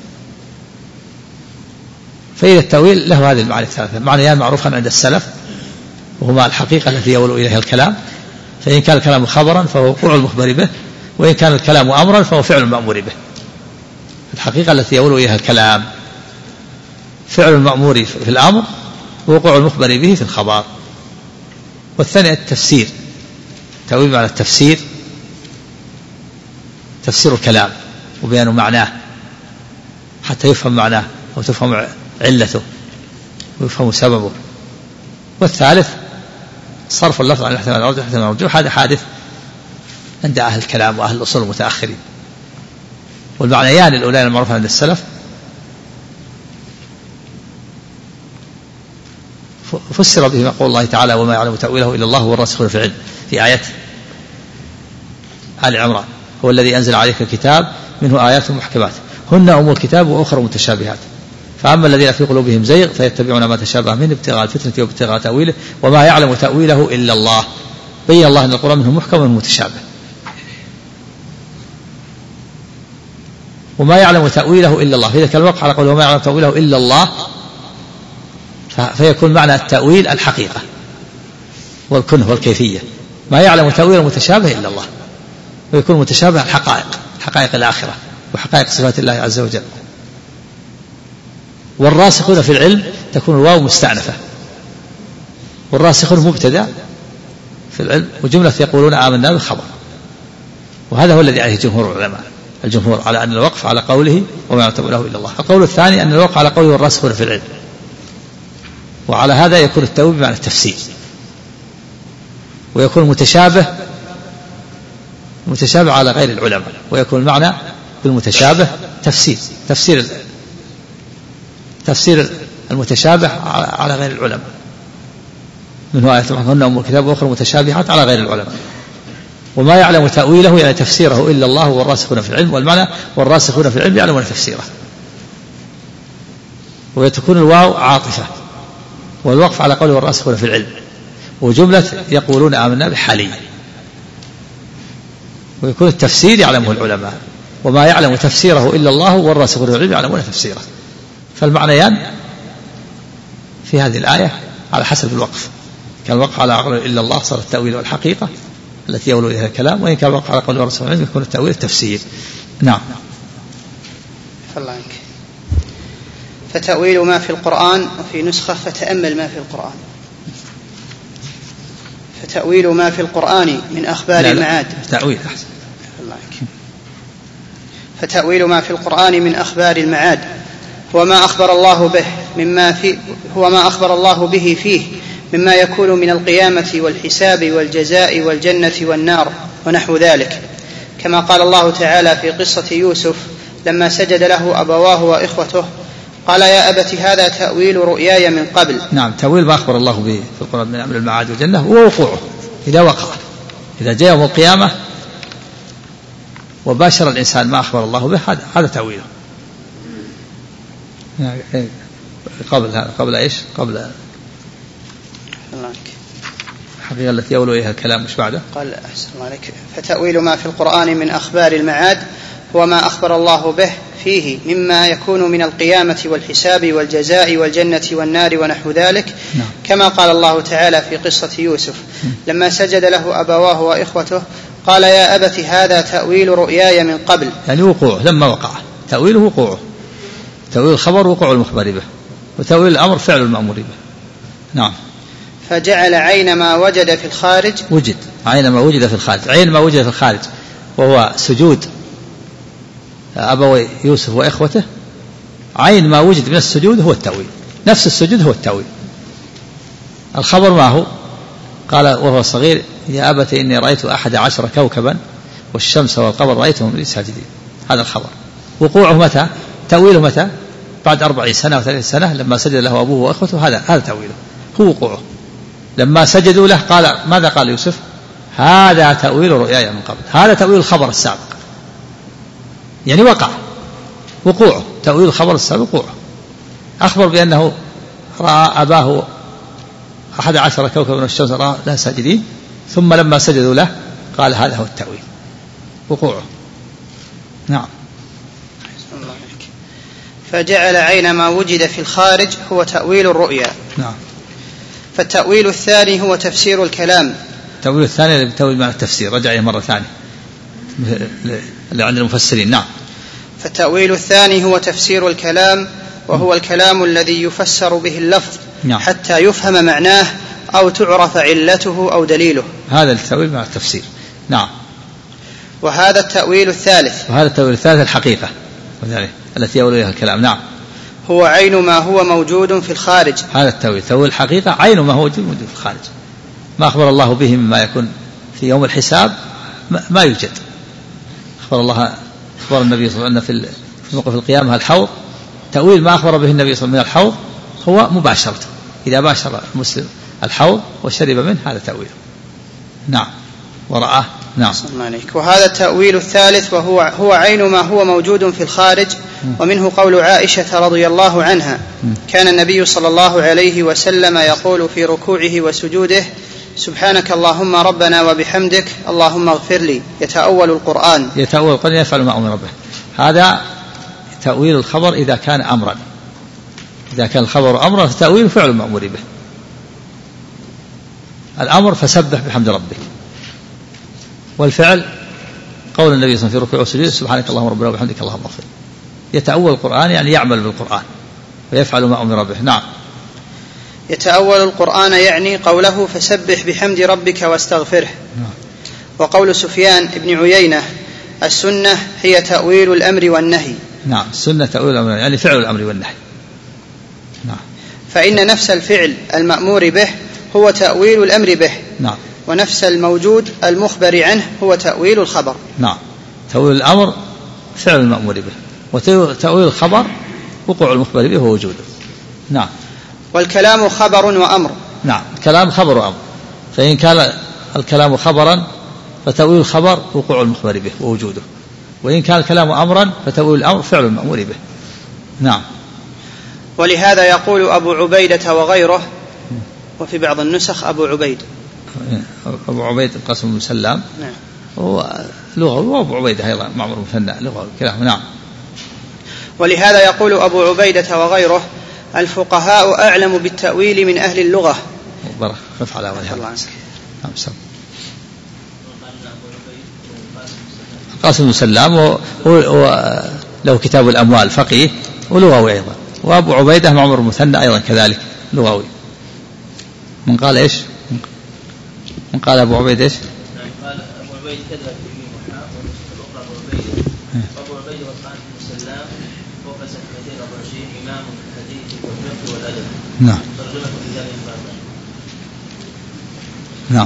فإذا التأويل له هذه المعاني الثلاثة. معنيان معروفا عند السلف وهما الحقيقة التي يؤول إليها الكلام، فإن كان الكلام خبرا فهو وقوع المخبر به، وإن كان الكلام أمرا فهو فعل المأمور به. الحقيقة التي يؤول إليها الكلام فعل المأمور في الأمر ووقوع المخبر به في الخبر. والثاني التفسير، تأويل على التفسير، تفسير الكلام وبيان معناه حتى يفهم معناه أو تفهم علته ويفهم سببه. والثالث صرف اللفظ عن الاحتمال الأرجح الاحتمال الأرجح. هذا حادث عند أهل الكلام وأهل الأصول المتأخرين. والمعنيان الأولان المعروفة عند السلف فسر بهما قول الله تعالى: وما يعلم تأويله إلا الله والراسخون في العلم، في آية آل عمران: هو الذي أنزل عليك الكتاب منه آيات محكمات هن أم الكتاب وأخرى متشابهات فأما الذين في قلوبهم زيغ فيتبعون ما تشابه منه ابتغاء الفتنة وابتغاء تأويله وما يعلم تأويله إلا الله. بين الله أن القرآن منه محكم ومنه متشابه. وما يعلم تأويله إلا الله، فإذا كان الوقع على قوله وما يعلم تأويله إلا الله فيكون معنى التأويل الحقيقة والكنه والكيفية. ما يعلم تأويل المتشابه إلا الله، ويكون متشابه حقائق الآخرة وحقائق صفات الله عز وجل. والراسخون في العلم تكون الواو مستأنفة، والراسخون مبتدأ في العلم، وجملة يقولون آمنا بالخبر. وهذا هو الذي عليه جمهور العلماء، الجمهور على أن الوقف على قوله وما يعتبر له إلا الله. القول الثاني أن الوقف على قوله والراسخون في العلم، وعلى هذا يكون التأويل بمعنى التفسير، ويكون متشابه على غير العلماء، ويكون المعنى بالمتشابه تفسير المتشابه على غير العلماء، منه آية هن أم الكتاب وأخرى متشابهات على غير العلماء. وما يعلم تأويله يعني تفسيره إلا الله والراسخون في العلم، والمعنى والراسخون في العلم يعلمون تفسيره. وتكون الواو عاطفة، والوقف على قوله والراسخون في العلم، وجملة يقولون آمنا بحاليا. ويكون التفسير يعلمه العلماء، وما يعلم تفسيره إلا الله والراسخون في العلم يعلمون تفسيره. فالمعنيان في هذه الآية على حسب الوقف. كان الوقف على قوله إلا الله صار التأويل والحقيقة التي يولو إليها الكلام، وإن كان الوقف على قوله والراسخون في العلم يكون التأويل التفسير. نعم. الله عنك. فتأويل ما في القرآن، وفي نسخة فتأمل ما في القرآن. فتأويل ما في القرآن من أخبار المعاد. تأويل أحسن. الله عنك. فتأويل ما في القرآن من أخبار المعاد هو ما أخبر الله به فيه مما يكون من القيامة والحساب والجزاء والجنة والنار ونحو ذلك، كما قال الله تعالى في قصة يوسف لما سجد له أبواه وإخوته قال يا أبت هذا تأويل رؤياي من قبل. نعم، تأويل ما أخبر الله به في القرآن من أمر المعاد والجنة ووقوعه إذا وقع، إذا جاء يوم القيامة وباشر الإنسان ما أخبر الله به، هذا تأويله. قبل إيش؟ قبل الحقيقة التي يولو إليها الكلام مش بعده. قال أحسن الله عليك. فتأويل ما في القرآن من أخبار المعاد هو ما أخبر الله به فيه مما يكون من القيامة والحساب والجزاء والجنة والنار ونحو ذلك. نعم. كما قال الله تعالى في قصة يوسف لما سجد له أبواه وإخوته قال يا أبت هذا تأويل رؤياي من قبل، يعني وقوعه لما وقع، تأويله وقوعه. تأويل الخبر وقوع المخبر به، وتأويل الأمر فعل المأمور به. نعم. فجعل عين ما وجد في الخارج عين ما وجد في الخارج، عين ما وجد في الخارج وهو سجود أبوي يوسف وإخوته، عين ما وجد من السجود هو التأويل، نفس السجود هو التأويل. الخبر ما هو؟ قال وهو صغير يا أبت إني رأيت 11 كوكبا والشمس والقمر رأيتهم لي ساجدين، هذا الخبر. وقوعه متى؟ تأويله متى؟ بعد 40 سنة و 30 سنة لما سجد له أبوه وإخوته، هذا تأويله، هو وقوعه. لما سجدوا له قال ماذا قال يوسف؟ هذا تأويل رؤياي من قبل، هذا تأويل الخبر السابق، يعني وقع وقوعه. تأويل الخبر السابق وقوعه، أخبر بأنه رأى أباه 11 كوكبا والشمس رأى لها ساجدين، ثم لما سجدوا له قال هذا هو التأويل وقوعه. نعم. فجعل عين ما وجد في الخارج هو تأويل الرؤيا. نعم. فالتأويل الثاني هو تفسير الكلام. التأويل الثاني اللي بتأويل معنى التفسير، رجع إليه مرة ثانية اللي عند المفسرين. نعم. فالتأويل الثاني هو تفسير الكلام، وهو الكلام الذي يفسر به اللفظ. نعم. حتى يفهم معناه أو تعرف علته أو دليله، هذا التأويل مع التفسير. نعم. وهذا التأويل الثالث الحقيقة التي يولو إليها الكلام. نعم. هو عين ما هو موجود في الخارج. هذا التأويل تأويل الحقيقة، عين ما هو موجود في الخارج، ما أخبر الله به مما يكون في يوم الحساب ما يوجد. أخبر النبي صلى الله عليه وسلم في موقف القيامة الحوض، تأويل ما أخبر به النبي صلى الله عليه وسلم من الحوض هو مباشرته، إذا باشر المسلم الحوض وشرب منه هذا تأويله. نعم. ورآه. نعم. وهذا التأويل الثالث وهو عين ما هو موجود في الخارج. ومنه قول عائشة رضي الله عنها كان النبي صلى الله عليه وسلم يقول في ركوعه وسجوده سبحانك اللهم ربنا وبحمدك اللهم اغفر لي. يتأول القرآن يفعل ما أمر به. هذا تأويل الخبر إذا كان أمرا، إذا كان الخبر أمرا فتأويله فعل مأمور به. الأمر فسبح بحمد ربك، والفعل قول النبي صلى الله عليه وسلم في ركوع وسجود سبحانك اللهم ربنا وبحمدك اللهم اغفر. يتأول القرآن يعني يعمل بالقرآن ويفعل ما أمر به. نعم. يتأول القرآن يعني قوله فسبح بحمد ربك واستغفره. نعم. وقول سفيان بن عيينة السنة هي تأويل الأمر والنهي. نعم، السنة تأويل الأمر يعني فعل الأمر والنهي. نعم. فإن نفس الفعل المأمور به هو تأويل الأمر به. نعم. ونفس الموجود المخبر عنه هو تأويل الخبر. نعم، تأويل الأمر فعل المأمور به، وتأويل الخبر وقوع المخبر به ووجوده. نعم. والكلام خبر وأمر. نعم، الكلام خبر وأمر، فإن كان الكلام خبرا فتأويل الخبر وقوع المخبر به ووجوده، وإن كان الكلام أمرا فتأويل الأمر فعل المأمور به. نعم. ولهذا يقول أبو عبيدة وغيره، وفي بعض النسخ أبو عبيد. أبو عبيد القاسم بن سلام. نعم. هو لغوي، وأبو عبيدة أيضا معمر مثنى لغوي كلام. نعم. ولهذا يقول أبو عبيدة وغيره الفقهاء أعلم بالتأويل من أهل اللغة. بارك على وجهه. نعم. القاسم بن سلام له كتاب الأموال فقيه ولغوي أيضا، وأبو عبيدة معمر مثنى أيضا كذلك لغوي. من قال إيش؟ من قال أبو عبيد إيش؟ قال أبو عبيد كذب في المحا والنسخة الأخرى أبو عبيد. أبو عبيد والقاسم بن سلام فوق 224 إمام في الحديث والفقه والأدب. نعم. ترجمة رجال الباب. نعم.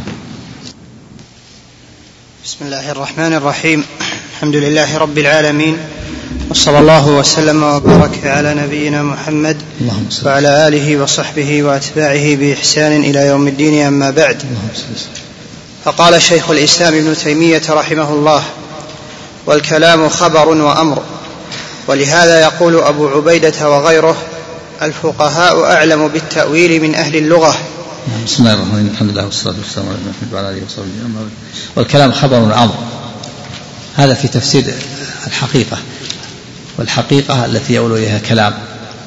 بسم الله الرحمن الرحيم. الحمد لله رب العالمين، وصلى الله وسلم وبارك على نبينا محمد وعلى آله وصحبه وأتباعه بإحسان إلى يوم الدين. أما بعد، فقال شيخ الإسلام ابن تيمية رحمه الله: والكلام خبر وأمر. ولهذا يقول أبو عبيدة وغيره الفقهاء أعلم بالتأويل من أهل اللغة. بسم الله الرحمن الرحيم. الحمد لله والصلاة والسلام على محمد وعلى آله وصحبه أجمعين. والكلام خبر وأمر، هذا في تفسير الحقيقة، والحقيقة التي يؤول إليها كلام،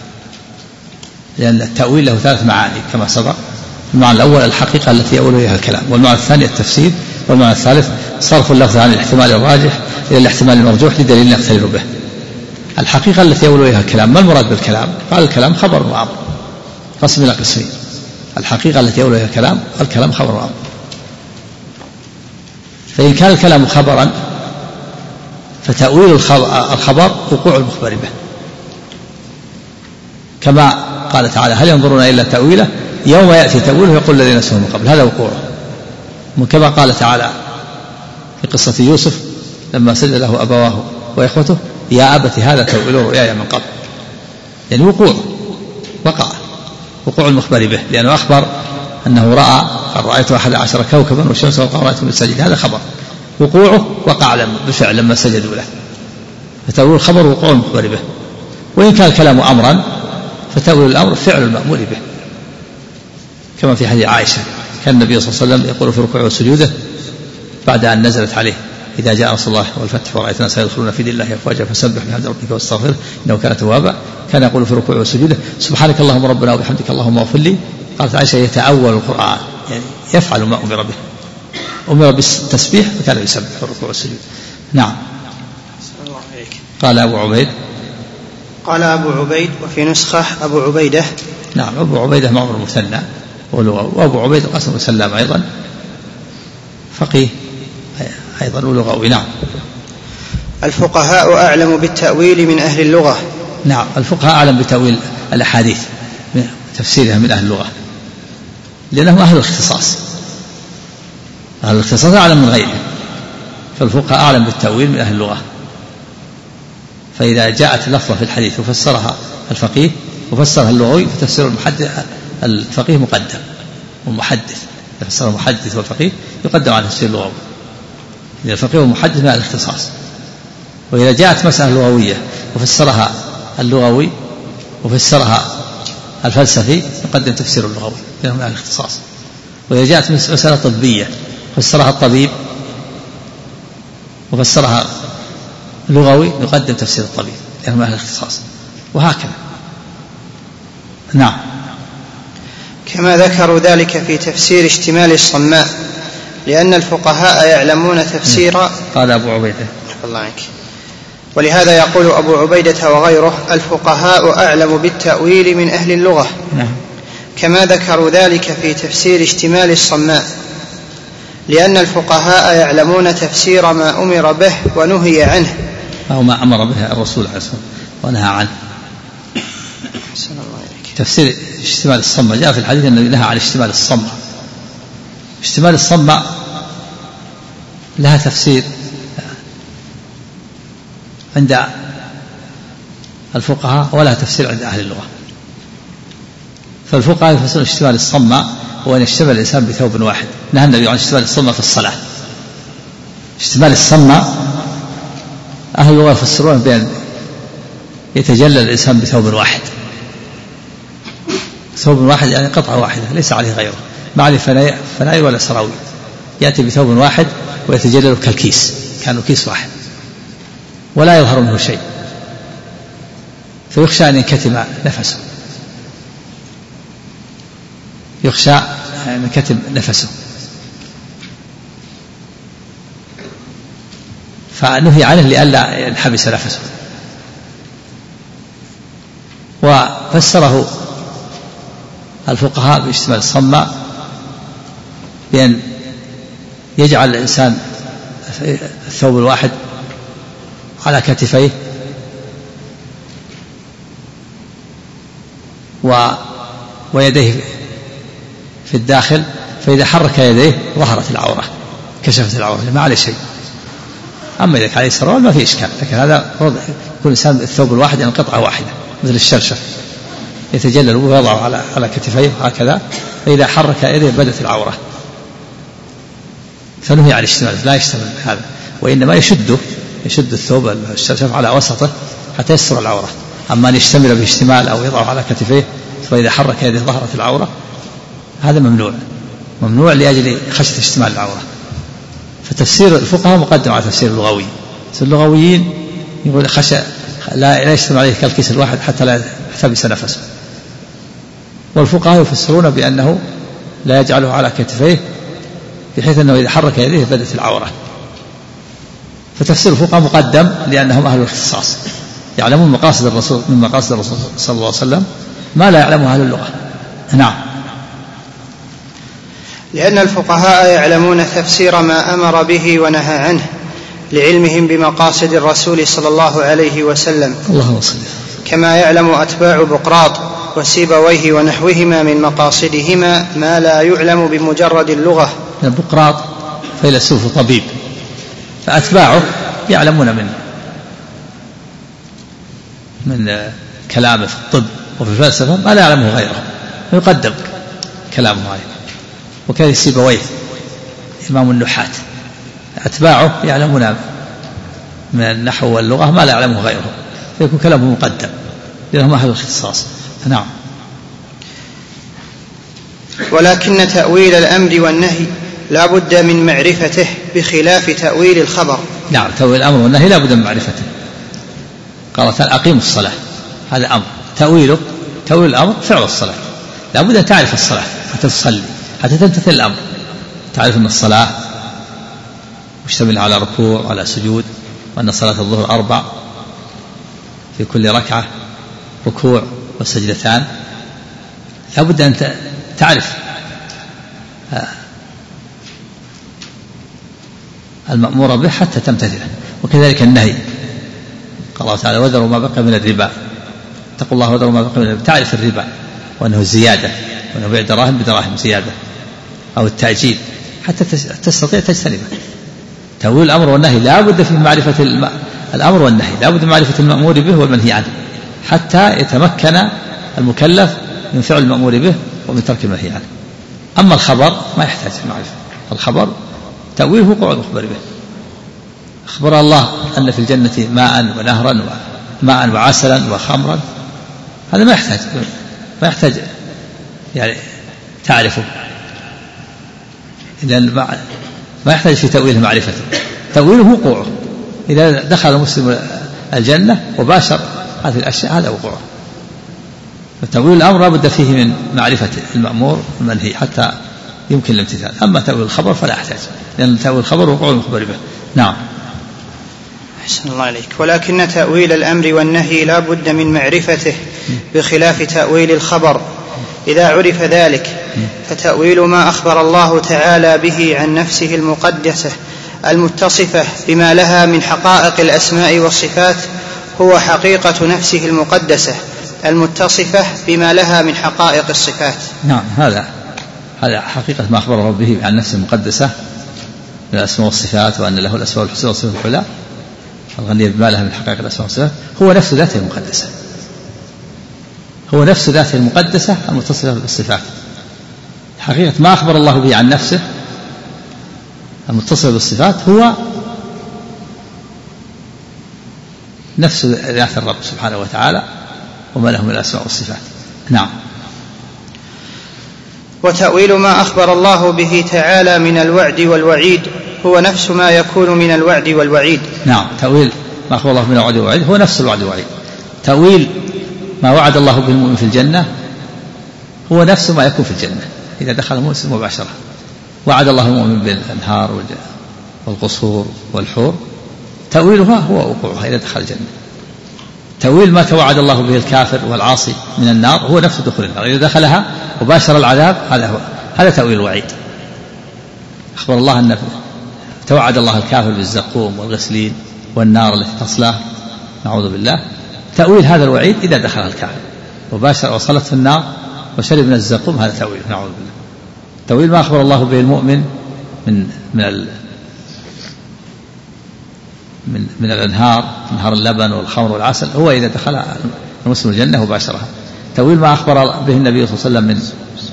لأن التأويل له 3 معاني كما سبق. المعنى الأول الحقيقة التي يؤول إليها الكلام، والمعنى الثاني التفسير، والمعنى الثالث صرف اللفظ عن الاحتمال الراجح إلى الاحتمال المرجوح لدليل يختلف به. الحقيقة التي يؤول إليها الكلام، ما المراد بالكلام؟ قال الكلام خبر وأمر، قسم إلى قسمين: الحقيقة التي يؤول إليها الكلام، والكلام خبر وأمر. فإن كان الكلام خبرا فتأويل الخبر وقوع المخبر به، كما قال تعالى: هل ينظرون إلا تأويله يوم يأتي تأويله يقول الذين نسوه من قبل، هذا وقوعه. كما قال تعالى في قصة يوسف لما سجد له أبواه وإخوته: يا أبت هذا تأويل رؤياي من قبل، يعني وقع وقوع المخبر به، لأنه أخبر أنه رأى قد رأيت 11 كوكبا والشمس والقمر رأيتهم ساجدين، هذا خبر. وقوعه وقع بفعل لما سجدوا له، فتأويل الخبر وقوع المخبر به. وإن كان الكلام أمرا فتأويل الأمر فعل المأمور به، كما في حديث عائشة: كان النبي صلى الله عليه وسلم يقول في ركوعه وسجوده بعد أن نزلت عليه: إذا جاء نصر الله والفتح ورأيت الناس يدخلون في دين الله أفواجا فسبح بحمد ربك واستغفره إنه كان توابا. كان يقول في ركوعه وسجوده: سبحانك اللهم ربنا وبحمدك اللهم اغفر لي. قالت عائشة: يتأول القرآن، يعني يفعل ما أمر به، أمر بالتسبيح وكان يسبح في الركوع والسجود. نعم. قال أبو عبيد. قال أبو عبيد، وفي نسخة أبو عبيدة. نعم، أبو عبيدة معمر مثنى ولغوي، وأبو عبيد القاسم بن سلام أيضا فقيه أيضا ولغوي. نعم. الفقهاء أعلم بالتأويل من أهل اللغة. نعم، الفقهاء أعلم بتأويل الأحاديث تفسيرها من أهل اللغة، لأنهم أهل الاختصاص. أهل الاختصاص أعلم من غيرهم، فالفقهاء أعلم بالتأويل من أهل اللغة. فإذا جاءت لفظة في الحديث وفسرها الفقيه وفسرها اللغوي فتفسير الفقيه مقدم، والمحدث يفسر المحدث والفقيه يقدم على تفسير اللغوي، لأن الفقيه والمحدث من الاختصاص. وإذا جاءت مسألة لغوية وفسرها اللغوي وفسرها الفلسفي يقدم تفسير اللغوي لأنه من الاختصاص. وإذا جاءت مسألة طبية فسرها الطبيب وفسرها لغوي يقدم تفسير الطبيب لأنه من الاختصاص، وهكذا. نعم. كما ذكروا ذلك في تفسير اشتمال الصماء، لأن الفقهاء يعلمون تفسير. قال أبو عبيدة الله عنك. ولهذا يقول أبو عبيدة وغيره: الفقهاء أعلم بالتأويل من أهل اللغة. نعم. كما ذكروا ذلك في تفسير اشتمال الصماء، لأن الفقهاء يعلمون تفسير ما أمر به ونهي عنه، أو ما أمر به الرسول عليه الصلاة ونهى عنه. تفسير اشتمال الصمة جاء في الحديث أنه نهى عن اشتمال الصمة. اشتمال الصمة لها تفسير عند الفقهاء ولها تفسير عند أهل اللغة. فالفقهاء يفسرون اشتمال الصمة هو أن يشتمل الإنسان بثوب واحد. نهى النبي عن اشتمال الصمة في الصلاة. اشتمال الصمة أهل اللغة يفسرون بأن يتجلى الإنسان بثوب واحد. ثوب واحد يعني قطعة واحدة ليس عليه غيره، ما عليه فناير ولا سراويل، يأتي بثوب واحد ويتجلل كالكيس، كانوا كيس واحد ولا يظهر منه شيء، فيخشى أن ينكتم نفسه، يخشى أن ينكتم نفسه، فنهي عنه لئلا ينحبس نفسه. وفسره الفقهاء باشتمال الصمة بأن يجعل الإنسان الثوب الواحد على كتفيه ويديه في الداخل، فإذا حرك يديه ظهرت العورة، كشفت العورة، ما عليه شيء. أما إذا كان عليه سروال ما في إشكال، لكن هذا يكون الإنسان الثوب الواحد يعني قطعة واحدة مثل الشرشف، يتجلل ويضع على كتفيه هكذا، فإذا حرك يديه بدت العورة، فنهي عن الاشتمال، لا يشتمل هذا، وإنما يشد الثوب الشرشف على وسطه حتى يستر العورة. أما أن يشتمل باشتمال أو يضع على كتفيه فإذا حرك يده ظهرت العورة، هذا ممنوع لأجل خشية اشتمال العورة. فتفسير الفقهاء مقدم على تفسير اللغويين. اللغويين يقول خشى لا يشتمل عليه كالكيس الواحد حتى لا يحتبس نفسه، والفقهاء يفسرون بأنه لا يجعله على كتفيه بحيث أنه إذا حرك يديه بدت العورة. فتفسير الفقهاء مقدم لأنهم أهل الاختصاص، يعلمون مقاصد الرسول من مقاصد الرسول صلى الله عليه وسلم ما لا يعلمه أهل اللغة. نعم. لأن الفقهاء يعلمون تفسير ما أمر به ونهى عنه لعلمهم بمقاصد الرسول صلى الله عليه وسلم، اللهم صل. كما يعلم أتباع بقراط وسيبويه ونحوهما من مقاصدهما ما لا يعلم بمجرد اللغة. بقراط فيلسوف طبيب، فأتباعه يعلمون من كلامه في الطب وفي الفلسفة ما لا يعلمه غيره، فيقدم كلامه عليه. وكان سيبويه إمام النحاة، أتباعه يعلمون من النحو واللغة ما لا يعلمه غيره، فيكون كلامه مقدم لأنهم أهل الاختصاص. نعم. ولكن تأويل الأمر والنهي لا بد من معرفته بخلاف تأويل الخبر. نعم، تأويل الأمر والنهي لا بد من معرفته. قال تعالى أقيموا الصلاة، هذا أمر. تأويل الأمر فعل الصلاة، لا بد أن تعرف الصلاة حتى تصلي، حتى تمتثل الأمر، تعرف أن الصلاة مشتملة على ركوع وعلى سجود، وأن صلاة الظهر 4 في كل ركعة ركوع وسجدتان. لا بد أن تعرف المأمور به حتى تمتثله. وكذلك النهي، قال الله تعالى وذروا ما بقي من الربا، اتقوا الله وذروا ما بقي من الربا، تعرف الربا وأنه الزيادة، وأنه بيع دراهم بدراهم زيادة أو التأجيل حتى تستطيع تجتنبه. تأويل الأمر والنهي لا بد في معرفة الأمر والنهي، لا بد من معرفة المأمور به والمنهي عنه حتى يتمكن المكلف من فعل المأمور به ومن ترك المنهي عنه. أما الخبر ما يحتاج معرفة، الخبر تأويله وقوع المخبر به. أخبر الله أن في الجنة ماء ونهرا وماء وعسلا وخمرا، هذا ما يحتاج يعني تعرفه، لأن ما يحتاج في تأويله معرفته، تأويله وقوعه. إذا دخل المسلم الجنة وباشر هذه الأشياء هذا وقوعه. فتأويل الأمر لا بد فيه من معرفة المأمور والمنهي حتى يمكن الامتثال. أما تأويل الخبر فلا يحتاج، لأن تأويل الخبر وقوع المخبر به. نعم. أحسن الله عليك. ولكن تأويل الأمر والنهي لا بد من معرفته بخلاف تأويل الخبر. إذا عرف ذلك فتأويل ما أخبر الله تعالى به عن نفسه المقدسة المتصفة بما لها من حقائق الأسماء والصفات هو حقيقة نفسه المقدسة المتصفة بما لها من حقائق الصفات. نعم، هذا حقيقة ما أخبره به عن نفسه المقدسة من الأسماء والصفات، وأن له الأسماء الحسنى والصفات العلى الغنية بما لها من حقائق الأسماء والصفات. هو نفس ذاته المقدسة، هو نفس ذاته المقدسة المتصفة بالصفات. حقيقة ما أخبر الله به عن نفسه المتصفة بالصفات هو نفس ذات الرب سبحانه وتعالى وما له من الأسماء والصفات. نعم. وتأويل ما أخبر الله به تعالى من الوعد والوعيد هو نفس ما يكون من الوعد والوعيد. نعم، تأويل ما أخبر الله من الوعد والوعيد هو نفس الوعد والوعيد. تأويل ما وعد الله به المؤمن في الجنة هو نفس ما يكون في الجنة إذا دخل المؤمن مباشرة. وعد الله المؤمن بالأنهار والقصور والحور، تأويلها هو وقوعها إذا دخل الجنة. تأويل ما توعد الله به الكافر والعاصي من النار هو نفس دخول النار إذا دخلها وباشر العذاب، هذا تأويل الوعيد. أخبر الله أن توعد الله الكافر بالزقوم والغسلين والنار التي تصلاه نعوذ بالله. تأويل هذا الوعيد إذا دخلها الكافر وباشر وصلت في النار وشرب من الزقوم، هذا تأويل نعوذ بالله. تأويل ما أخبر الله به المؤمن من الأنهار، أنهار اللبن والخمر والعسل، هو إذا دخل المسلم الجنة وباشرها. تأويل ما أخبر به النبي صلى الله عليه وسلم من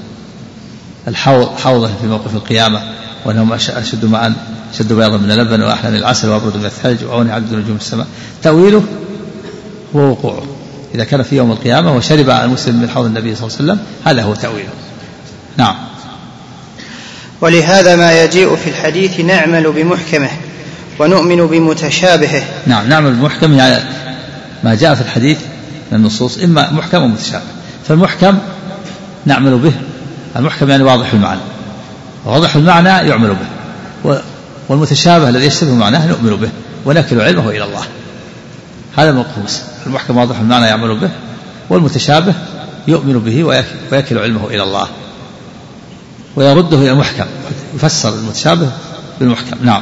الحوض في موقف القيامة، وأنهم أشد ماء شد بياضا من اللبن وأحلى من العسل وأبرد من الثلج وأوني عبد نجوم السماء. تأويله هو وقوعه إذا كان في يوم القيامة وشرب المسلم من حوض النبي صلى الله عليه وسلم، هذا هو تأويله. نعم. ولهذا ما يجيء في الحديث نعمل بمحكمه ونؤمن بمتشابهه. نعم، نعمل بمحكمه يعني ما جاء في الحديث من النصوص إما محكم ومتشابه. فالمحكم نعمل به، المحكم يعني واضح المعنى، واضح المعنى يعمل به، والمتشابه الذي يشتبه معناه نؤمن به ونكل علمه إلى الله. هذا مقوس، المحكم واضح المعنى يعمل به، والمتشابه يؤمن به ويكل علمه إلى الله ويرده إلى المحكم، يفسر المتشابه بالمحكم. نعم.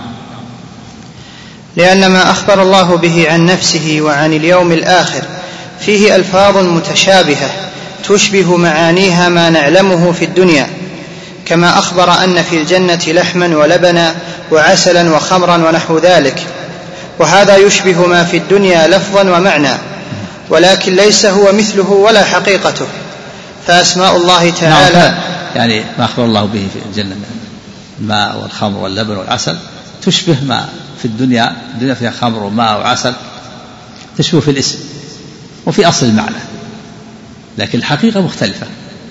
لأن ما أخبر الله به عن نفسه وعن اليوم الآخر فيه ألفاظ متشابهة تشبه معانيها ما نعلمه في الدنيا، كما أخبر أن في الجنة لحما ولبنا وعسلا وخمرا ونحو ذلك، وهذا يشبه ما في الدنيا لفظا ومعنى، ولكن ليس هو مثله ولا حقيقته. فأسماء الله تعالى يعني ما أخبر الله به في الجنة من الماء والخمر واللبن والعسل تشبه ما في الدنيا. الدنيا فيها خمر وماء وعسل، تشبه في الاسم وفي أصل المعنى، لكن الحقيقة مختلفة.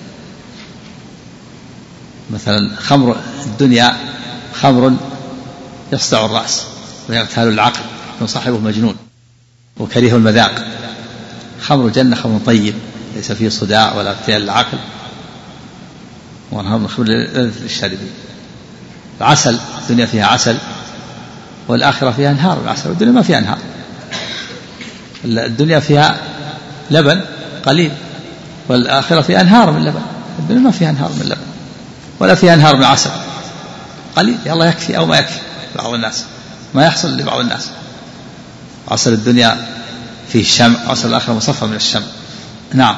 مثلا خمر الدنيا خمر يصدع الرأس ويغتال العقل، يكون صاحبه مجنون وكريه المذاق. خمر الجنة خمر طيب ليس فيه صداع ولا اغتيال العقل، وانهار من خمر للشاربين. العسل الدنيا فيها عسل والآخرة فيها انهار العسل، والدنيا ما فيها انهار. الدنيا فيها لبن قليل والآخرة فيها انهار من لبن، الدنيا ما فيها انهار من لبن ولا فيها انهار من عسل قليل، الله يكفي أو ما يكفي بعض الناس، ما يحصل لبعض الناس. عسل الدنيا فيه الشمع، عسل الآخرة مصفى من الشمع. نعم.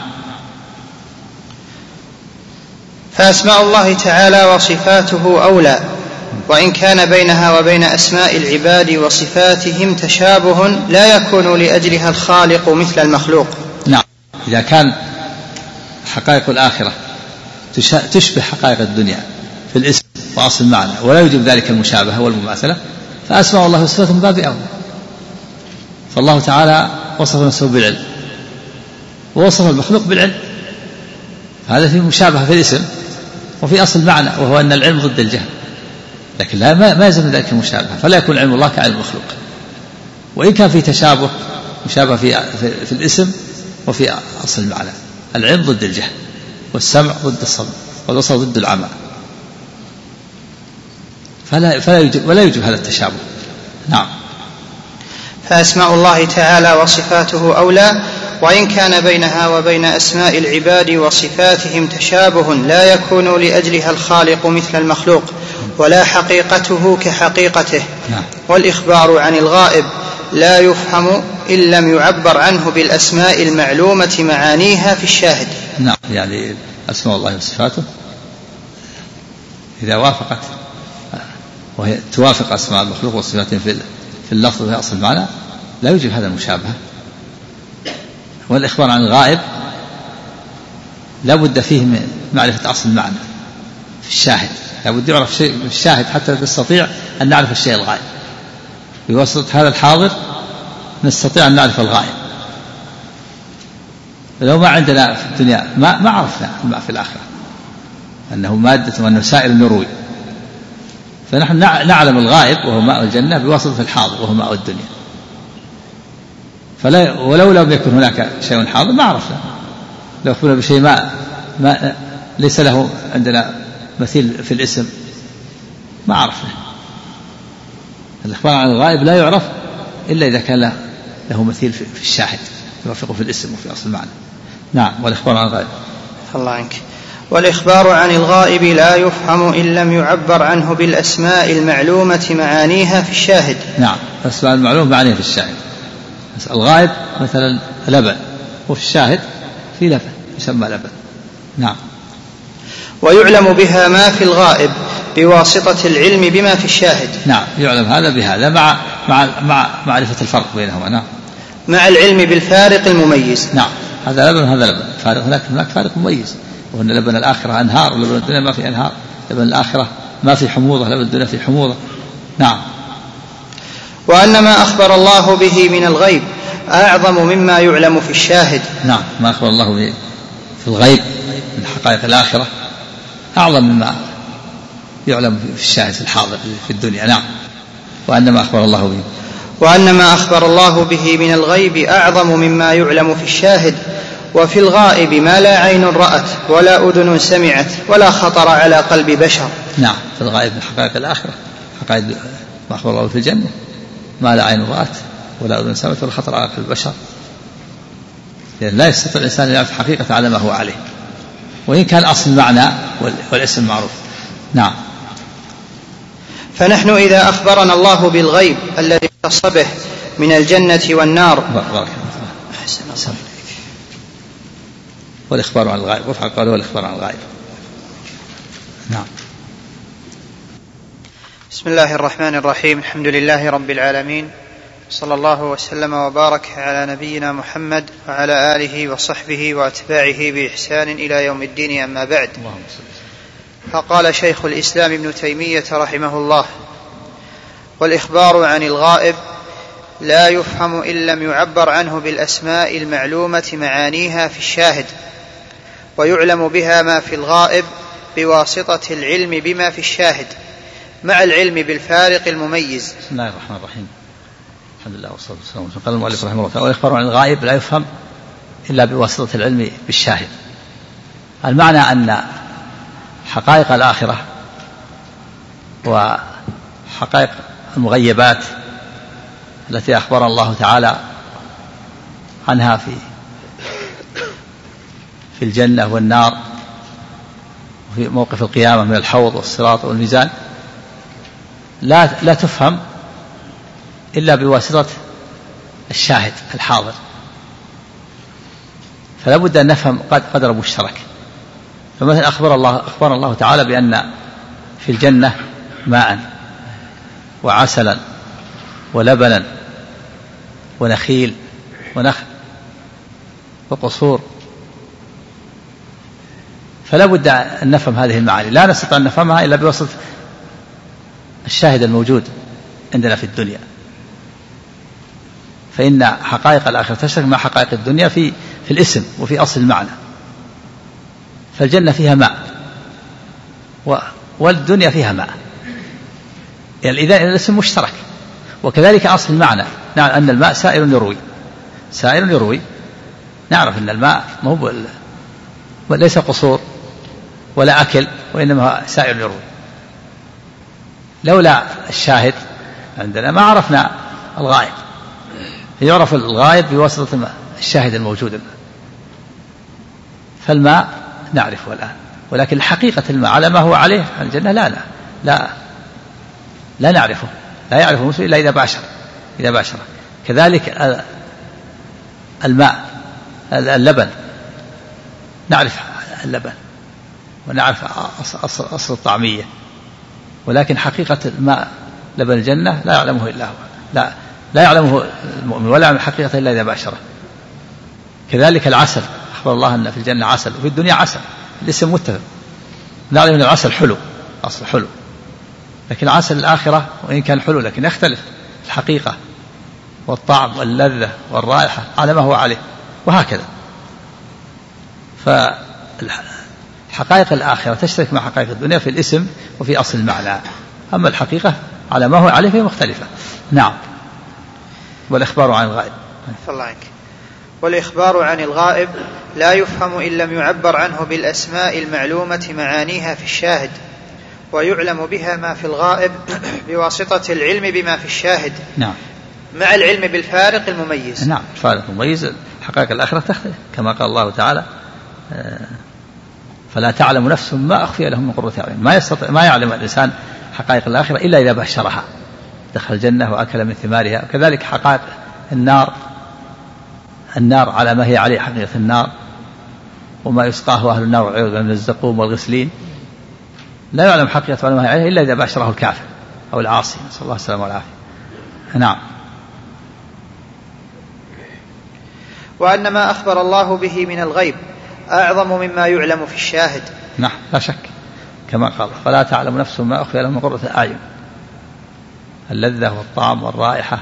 فأسماء الله تعالى وصفاته أولى، وإن كان بينها وبين أسماء العباد وصفاتهم تشابه لا يكون لأجلها الخالق مثل المخلوق. نعم، إذا كان حقائق الآخرة تشبه حقائق الدنيا في الاسم وأصل المعنى ولا يوجب ذلك المشابهة والمماثلة، فأسماء الله وصفاته من باب أولى. فالله تعالى وصف نفسه بالعلم ووصف المخلوق بالعلم، هذا فيه مشابهة في الاسم وفي أصل المعنى، وهو أن العلم ضد الجهل، لكن ما يلزم ذلك المشابهة، فلا يكون علم الله كعلم المخلوق. وإن كان في تشابه مشابه في الاسم وفي أصل المعنى. العلم ضد الجهل، والسمع ضد الصمم، والبصر ضد العمى، ولا يوجب هذا التشابه. نعم. فأسماء الله تعالى وصفاته أولى، وإن كان بينها وبين أسماء العباد وصفاتهم تشابه لا يكون لأجلها الخالق مثل المخلوق، ولا حقيقته كحقيقته. والإخبار عن الغائب لا يفهم إن لم يعبر عنه بالأسماء المعلومة معانيها في الشاهد. نعم، يعني أسماء الله وصفاته إذا وافقت وهي توافق أسماء المخلوق وصفاتهم في اللفظ وفي أصل المعنى لا يوجد هذا المشابهة. والإخبار عن الغائب لا بد فيه من معرفة أصل المعنى في الشاهد، لا بد يعرف شيء في الشاهد حتى نستطيع أن نعرف الشيء الغائب. بواسطة هذا الحاضر نستطيع أن نعرف الغائب. لو ما عندنا في الدنيا ما عرفنا ما في الآخرة أنه مادة وأنه سائل يروي، فنحن نعلم الغائب وهو ماء الجنة بواسطة الحاضر وهو ماء الدنيا. ولو لم يكن هناك شيء حاضر ما عرفنا. لو أخبرنا بشيء ما ليس له عندنا مثيل في الاسم ما عرفنا. الإخبار عن الغائب لا يعرف إلا إذا كان له مثيل في الشاهد يوافقه في الاسم وفي أصل المعنى. نعم. والإخبار عن الغائب الله عنك. والإخبار عن الغائب لا يفهم إن لم يعبر عنه بالأسماء المعلومة معانيها في الشاهد. نعم، الأسماء المعلومة معانيها في الشاهد. الغائب مثلا لبن، وفي الشاهد في لبن يسمى لبن. نعم. ويعلم بها ما في الغائب بواسطة العلم بما في الشاهد. نعم، يعلم هذا بهذا مع معرفة الفرق بينهما. نعم. مع العلم بالفارق المميز. نعم، هذا لبن وهذا لبن فارق، هناك فارق مميز، وأن لبن الآخرة أنهار ولبن الدنيا ما في أنهار، لبن الآخرة ما في حموضة لبن الدنيا في حموضة. نعم. وأن ما أخبر الله به من الغيب أعظم مما يعلم في الشاهد. نعم، ما أخبر الله به في الغيب من حقائق الآخرة أعظم مما يعلم في الشاهد في الحاضر في الدنيا. نعم. وأن ما أخبر الله به من الغيب أعظم مما يعلم في الشاهد. وفي الغائب ما لا عين رأت ولا أذن سمعت ولا خطر على قلب بشر. نعم، في الغائب من حقائق الآخرة، حقائق ما أخبر الله في الجنة ما لا عين رأت ولا أذن سمعت ولا خطر على قلب بشر. يعني لا يستطيع الإنسان أن يعرف حقيقة على ما هو عليه، وإن كان أصل المعنى والاسم معروف. نعم. فنحن إذا أخبرنا الله بالغيب الذي اختص به من الجنة والنار والإخبار عن الغائب، وفق قاله والإخبار عن الغائب. نعم. بسم الله الرحمن الرحيم. الحمد لله رب العالمين، صلى الله وسلم وبارك على نبينا محمد وعلى آله وصحبه وأتباعه بإحسان إلى يوم الدين. أما بعد، فقال شيخ الإسلام ابن تيمية رحمه الله: والإخبار عن الغائب لا يفهم إن لم يعبر عنه بالأسماء المعلومة معانيها في الشاهد، ويعلم بها ما في الغائب بواسطة العلم بما في الشاهد مع العلم بالفارق المميز. بسم الله الرحمن الرحيم. الحمد لله والصلاة والسلام. قال المؤلف رحمه الله: والإخبار عن الغائب لا يفهم إلا بواسطة العلم بالشاهد. المعنى أن حقائق الآخرة وحقائق المغيبات التي أخبر الله تعالى عنها في الجنة والنار وفي موقف القيامة من الحوض والصراط والميزان لا تفهم إلا بواسطة الشاهد الحاضر. فلا بد أن نفهم قدر مشترك. فمثلا أخبر الله تعالى بأن في الجنة ماء وعسلا ولبنا ونخيل ونخل وقصور. فلا بد أن نفهم هذه المعاني، لا نستطيع أن نفهمها إلا بواسطة الشاهد الموجود عندنا في الدنيا. فإن حقائق الآخرة تشترك مع حقائق الدنيا في الاسم وفي أصل المعنى. فالجنة فيها ماء والدنيا فيها ماء، يعني إذا الاسم مشترك. وكذلك أصل المعنى، نعم أن الماء سائل يروي. نعرف أن الماء وليس قصور ولا أكل، وإنما سائل يروي. لولا الشاهد عندنا ما عرفنا الغائب، يعرف الغائب بواسطة الشاهد الموجود. فالماء نعرفه الآن، ولكن حقيقة الماء على ما هو عليه عن الجنة لا نعرفه، لا يعرف المسلم إلا إذا باشر. كذلك الماء اللبن، نعرف اللبن ونعرف أصل الطعمية، ولكن حقيقة الماء لبن الجنة لا يعلمه إلا هو، لا يعلمه المؤمن ولا يعلم حقيقة إلا إذا باشره. كذلك العسل، أخبر الله أن في الجنة عسل وفي الدنيا عسل، الاسم متفق. نعلم أن العسل حلو، أصل حلو، لكن عسل الآخرة وإن كان حلو لكن يختلف الحقيقة والطعم واللذة والرائحة على ما هو عليه، وهكذا. فحقائق الآخرة تشترك مع حقائق الدنيا في الاسم وفي أصل المعنى، أما الحقيقة على ما هو عليه فهي مختلفة. نعم. والإخبار عن الغائب. والإخبار عن الغائب لا يفهم إن لم يعبر عنه بالأسماء المعلومة معانيها في الشاهد، ويعلم بها ما في الغائب بواسطة العلم بما في الشاهد. نعم. مع العلم بالفارق المميز. نعم، الفارق المميز. حقائق الآخرة تختلف كما قال الله تعالى: فلا تعلم نفس ما أخفي لهم من قرة أعين. ما يعلم الإنسان حقائق الآخرة إلا إذا باشرها، دخل الجنة وأكل من ثمارها. وكذلك حقائق النار على ما هي عليه حقيقة النار، وما يسقاه أهل النار والعياذ من الزقوم والغسلين، لا يعلم حقيقة ما هي عليه إلا إذا باشره الكافر أو العاصي، نسأل الله السلامة والعافية. نعم. وأن ما أخبر الله به من الغيب أعظم مما يعلم في الشاهد. نعم، لا شك، كما قال: فلا تعلم نفس ما أخفي لهم من قرة أعين. اللذة والطعم والرائحة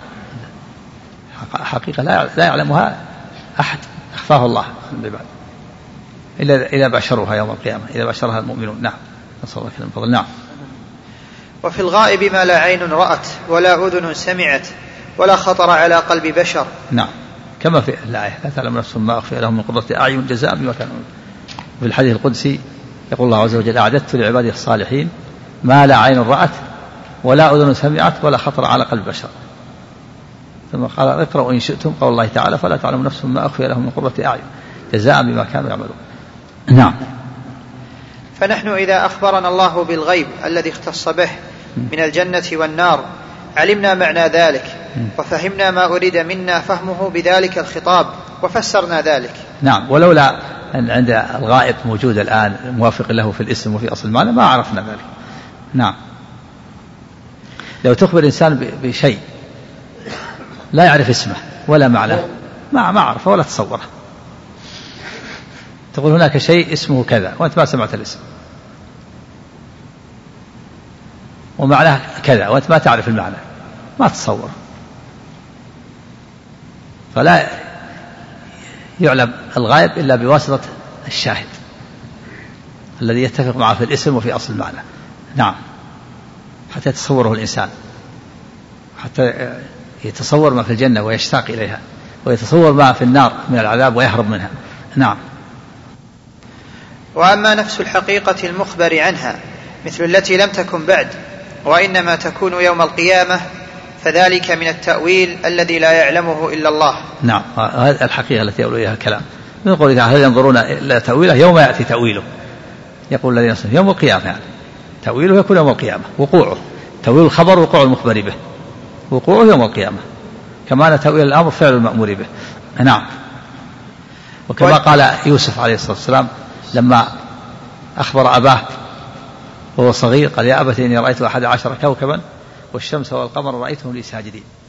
حقيقة لا يعلمها أحد، أخفاه الله عن العباد إلا إذا باشروها يوم القيامة، إذا باشرها المؤمنون. نعم، نسأل الله كلام فضل. نعم. وفي الغائب ما لا عين رأت ولا أذن سمعت ولا خطر على قلب بشر. نعم، كما في الآية: لا تعلم نفس ما أخفي لهم من قرة أعين جزاء بما كانوا. في الحديث القدسي يقول الله عز وجل: أعددت لعبادي الصالحين ما لا عين رأت ولا أذن سمعت ولا خطر على قلب بشر. ثم قال: اقرأوا إن شئتم قول الله تعالى: فلا تعلم نفس ما أخفي لهم من قرة أعين جزاء بما كانوا يعملون. نعم. فنحن إذا أخبرنا الله بالغيب الذي اختص به من الجنة والنار علمنا معنى ذلك، وفهمنا ما أريد منا فهمه بذلك الخطاب، وفسرنا ذلك. نعم. ولولا أن عند الغائب موجود الآن موافق له في الاسم وفي أصل المعنى ما عرفنا ذلك. نعم. لو تخبر إنسان بشيء لا يعرف اسمه ولا معناه، ما عرفه ولا تصوره، تقول هناك شيء اسمه كذا وأنت ما سمعت الاسم، ومعناه كذا وأنت ما تعرف المعنى، ما تصور. فلا يعلم الغائب إلا بواسطة الشاهد الذي يتفق معه في الاسم وفي أصل المعنى. نعم. حتى يتصوره الإنسان، حتى يتصور ما في الجنة ويشتاق إليها، ويتصور ما في النار من العذاب ويهرب منها. نعم. وأما نفس الحقيقة المخبر عنها مثل التي لم تكن بعد وإنما تكون يوم القيامة فذلك من التأويل الذي لا يعلمه إلا الله. نعم، هذه الحقيقة التي يقول إليها الكلام. من قوله تعالى: هل ينظرون إلى تأويله يوم يأتي تأويله. يقول الذين يصنعون يوم القيامة، يعني تأويله يكون يوم القيامة، وقوعه تأويل الخبر وقوع المخبر به، وقوعه يوم القيامة، كما أن تأويل الأمر فعل المأمور به. نعم. وكما قال يوسف عليه الصلاة والسلام لما أخبر أباه وهو صغير قال: يا أبت إني رأيت 11 كوكبا والشمس والقمر رأيتهم لي ساجدين.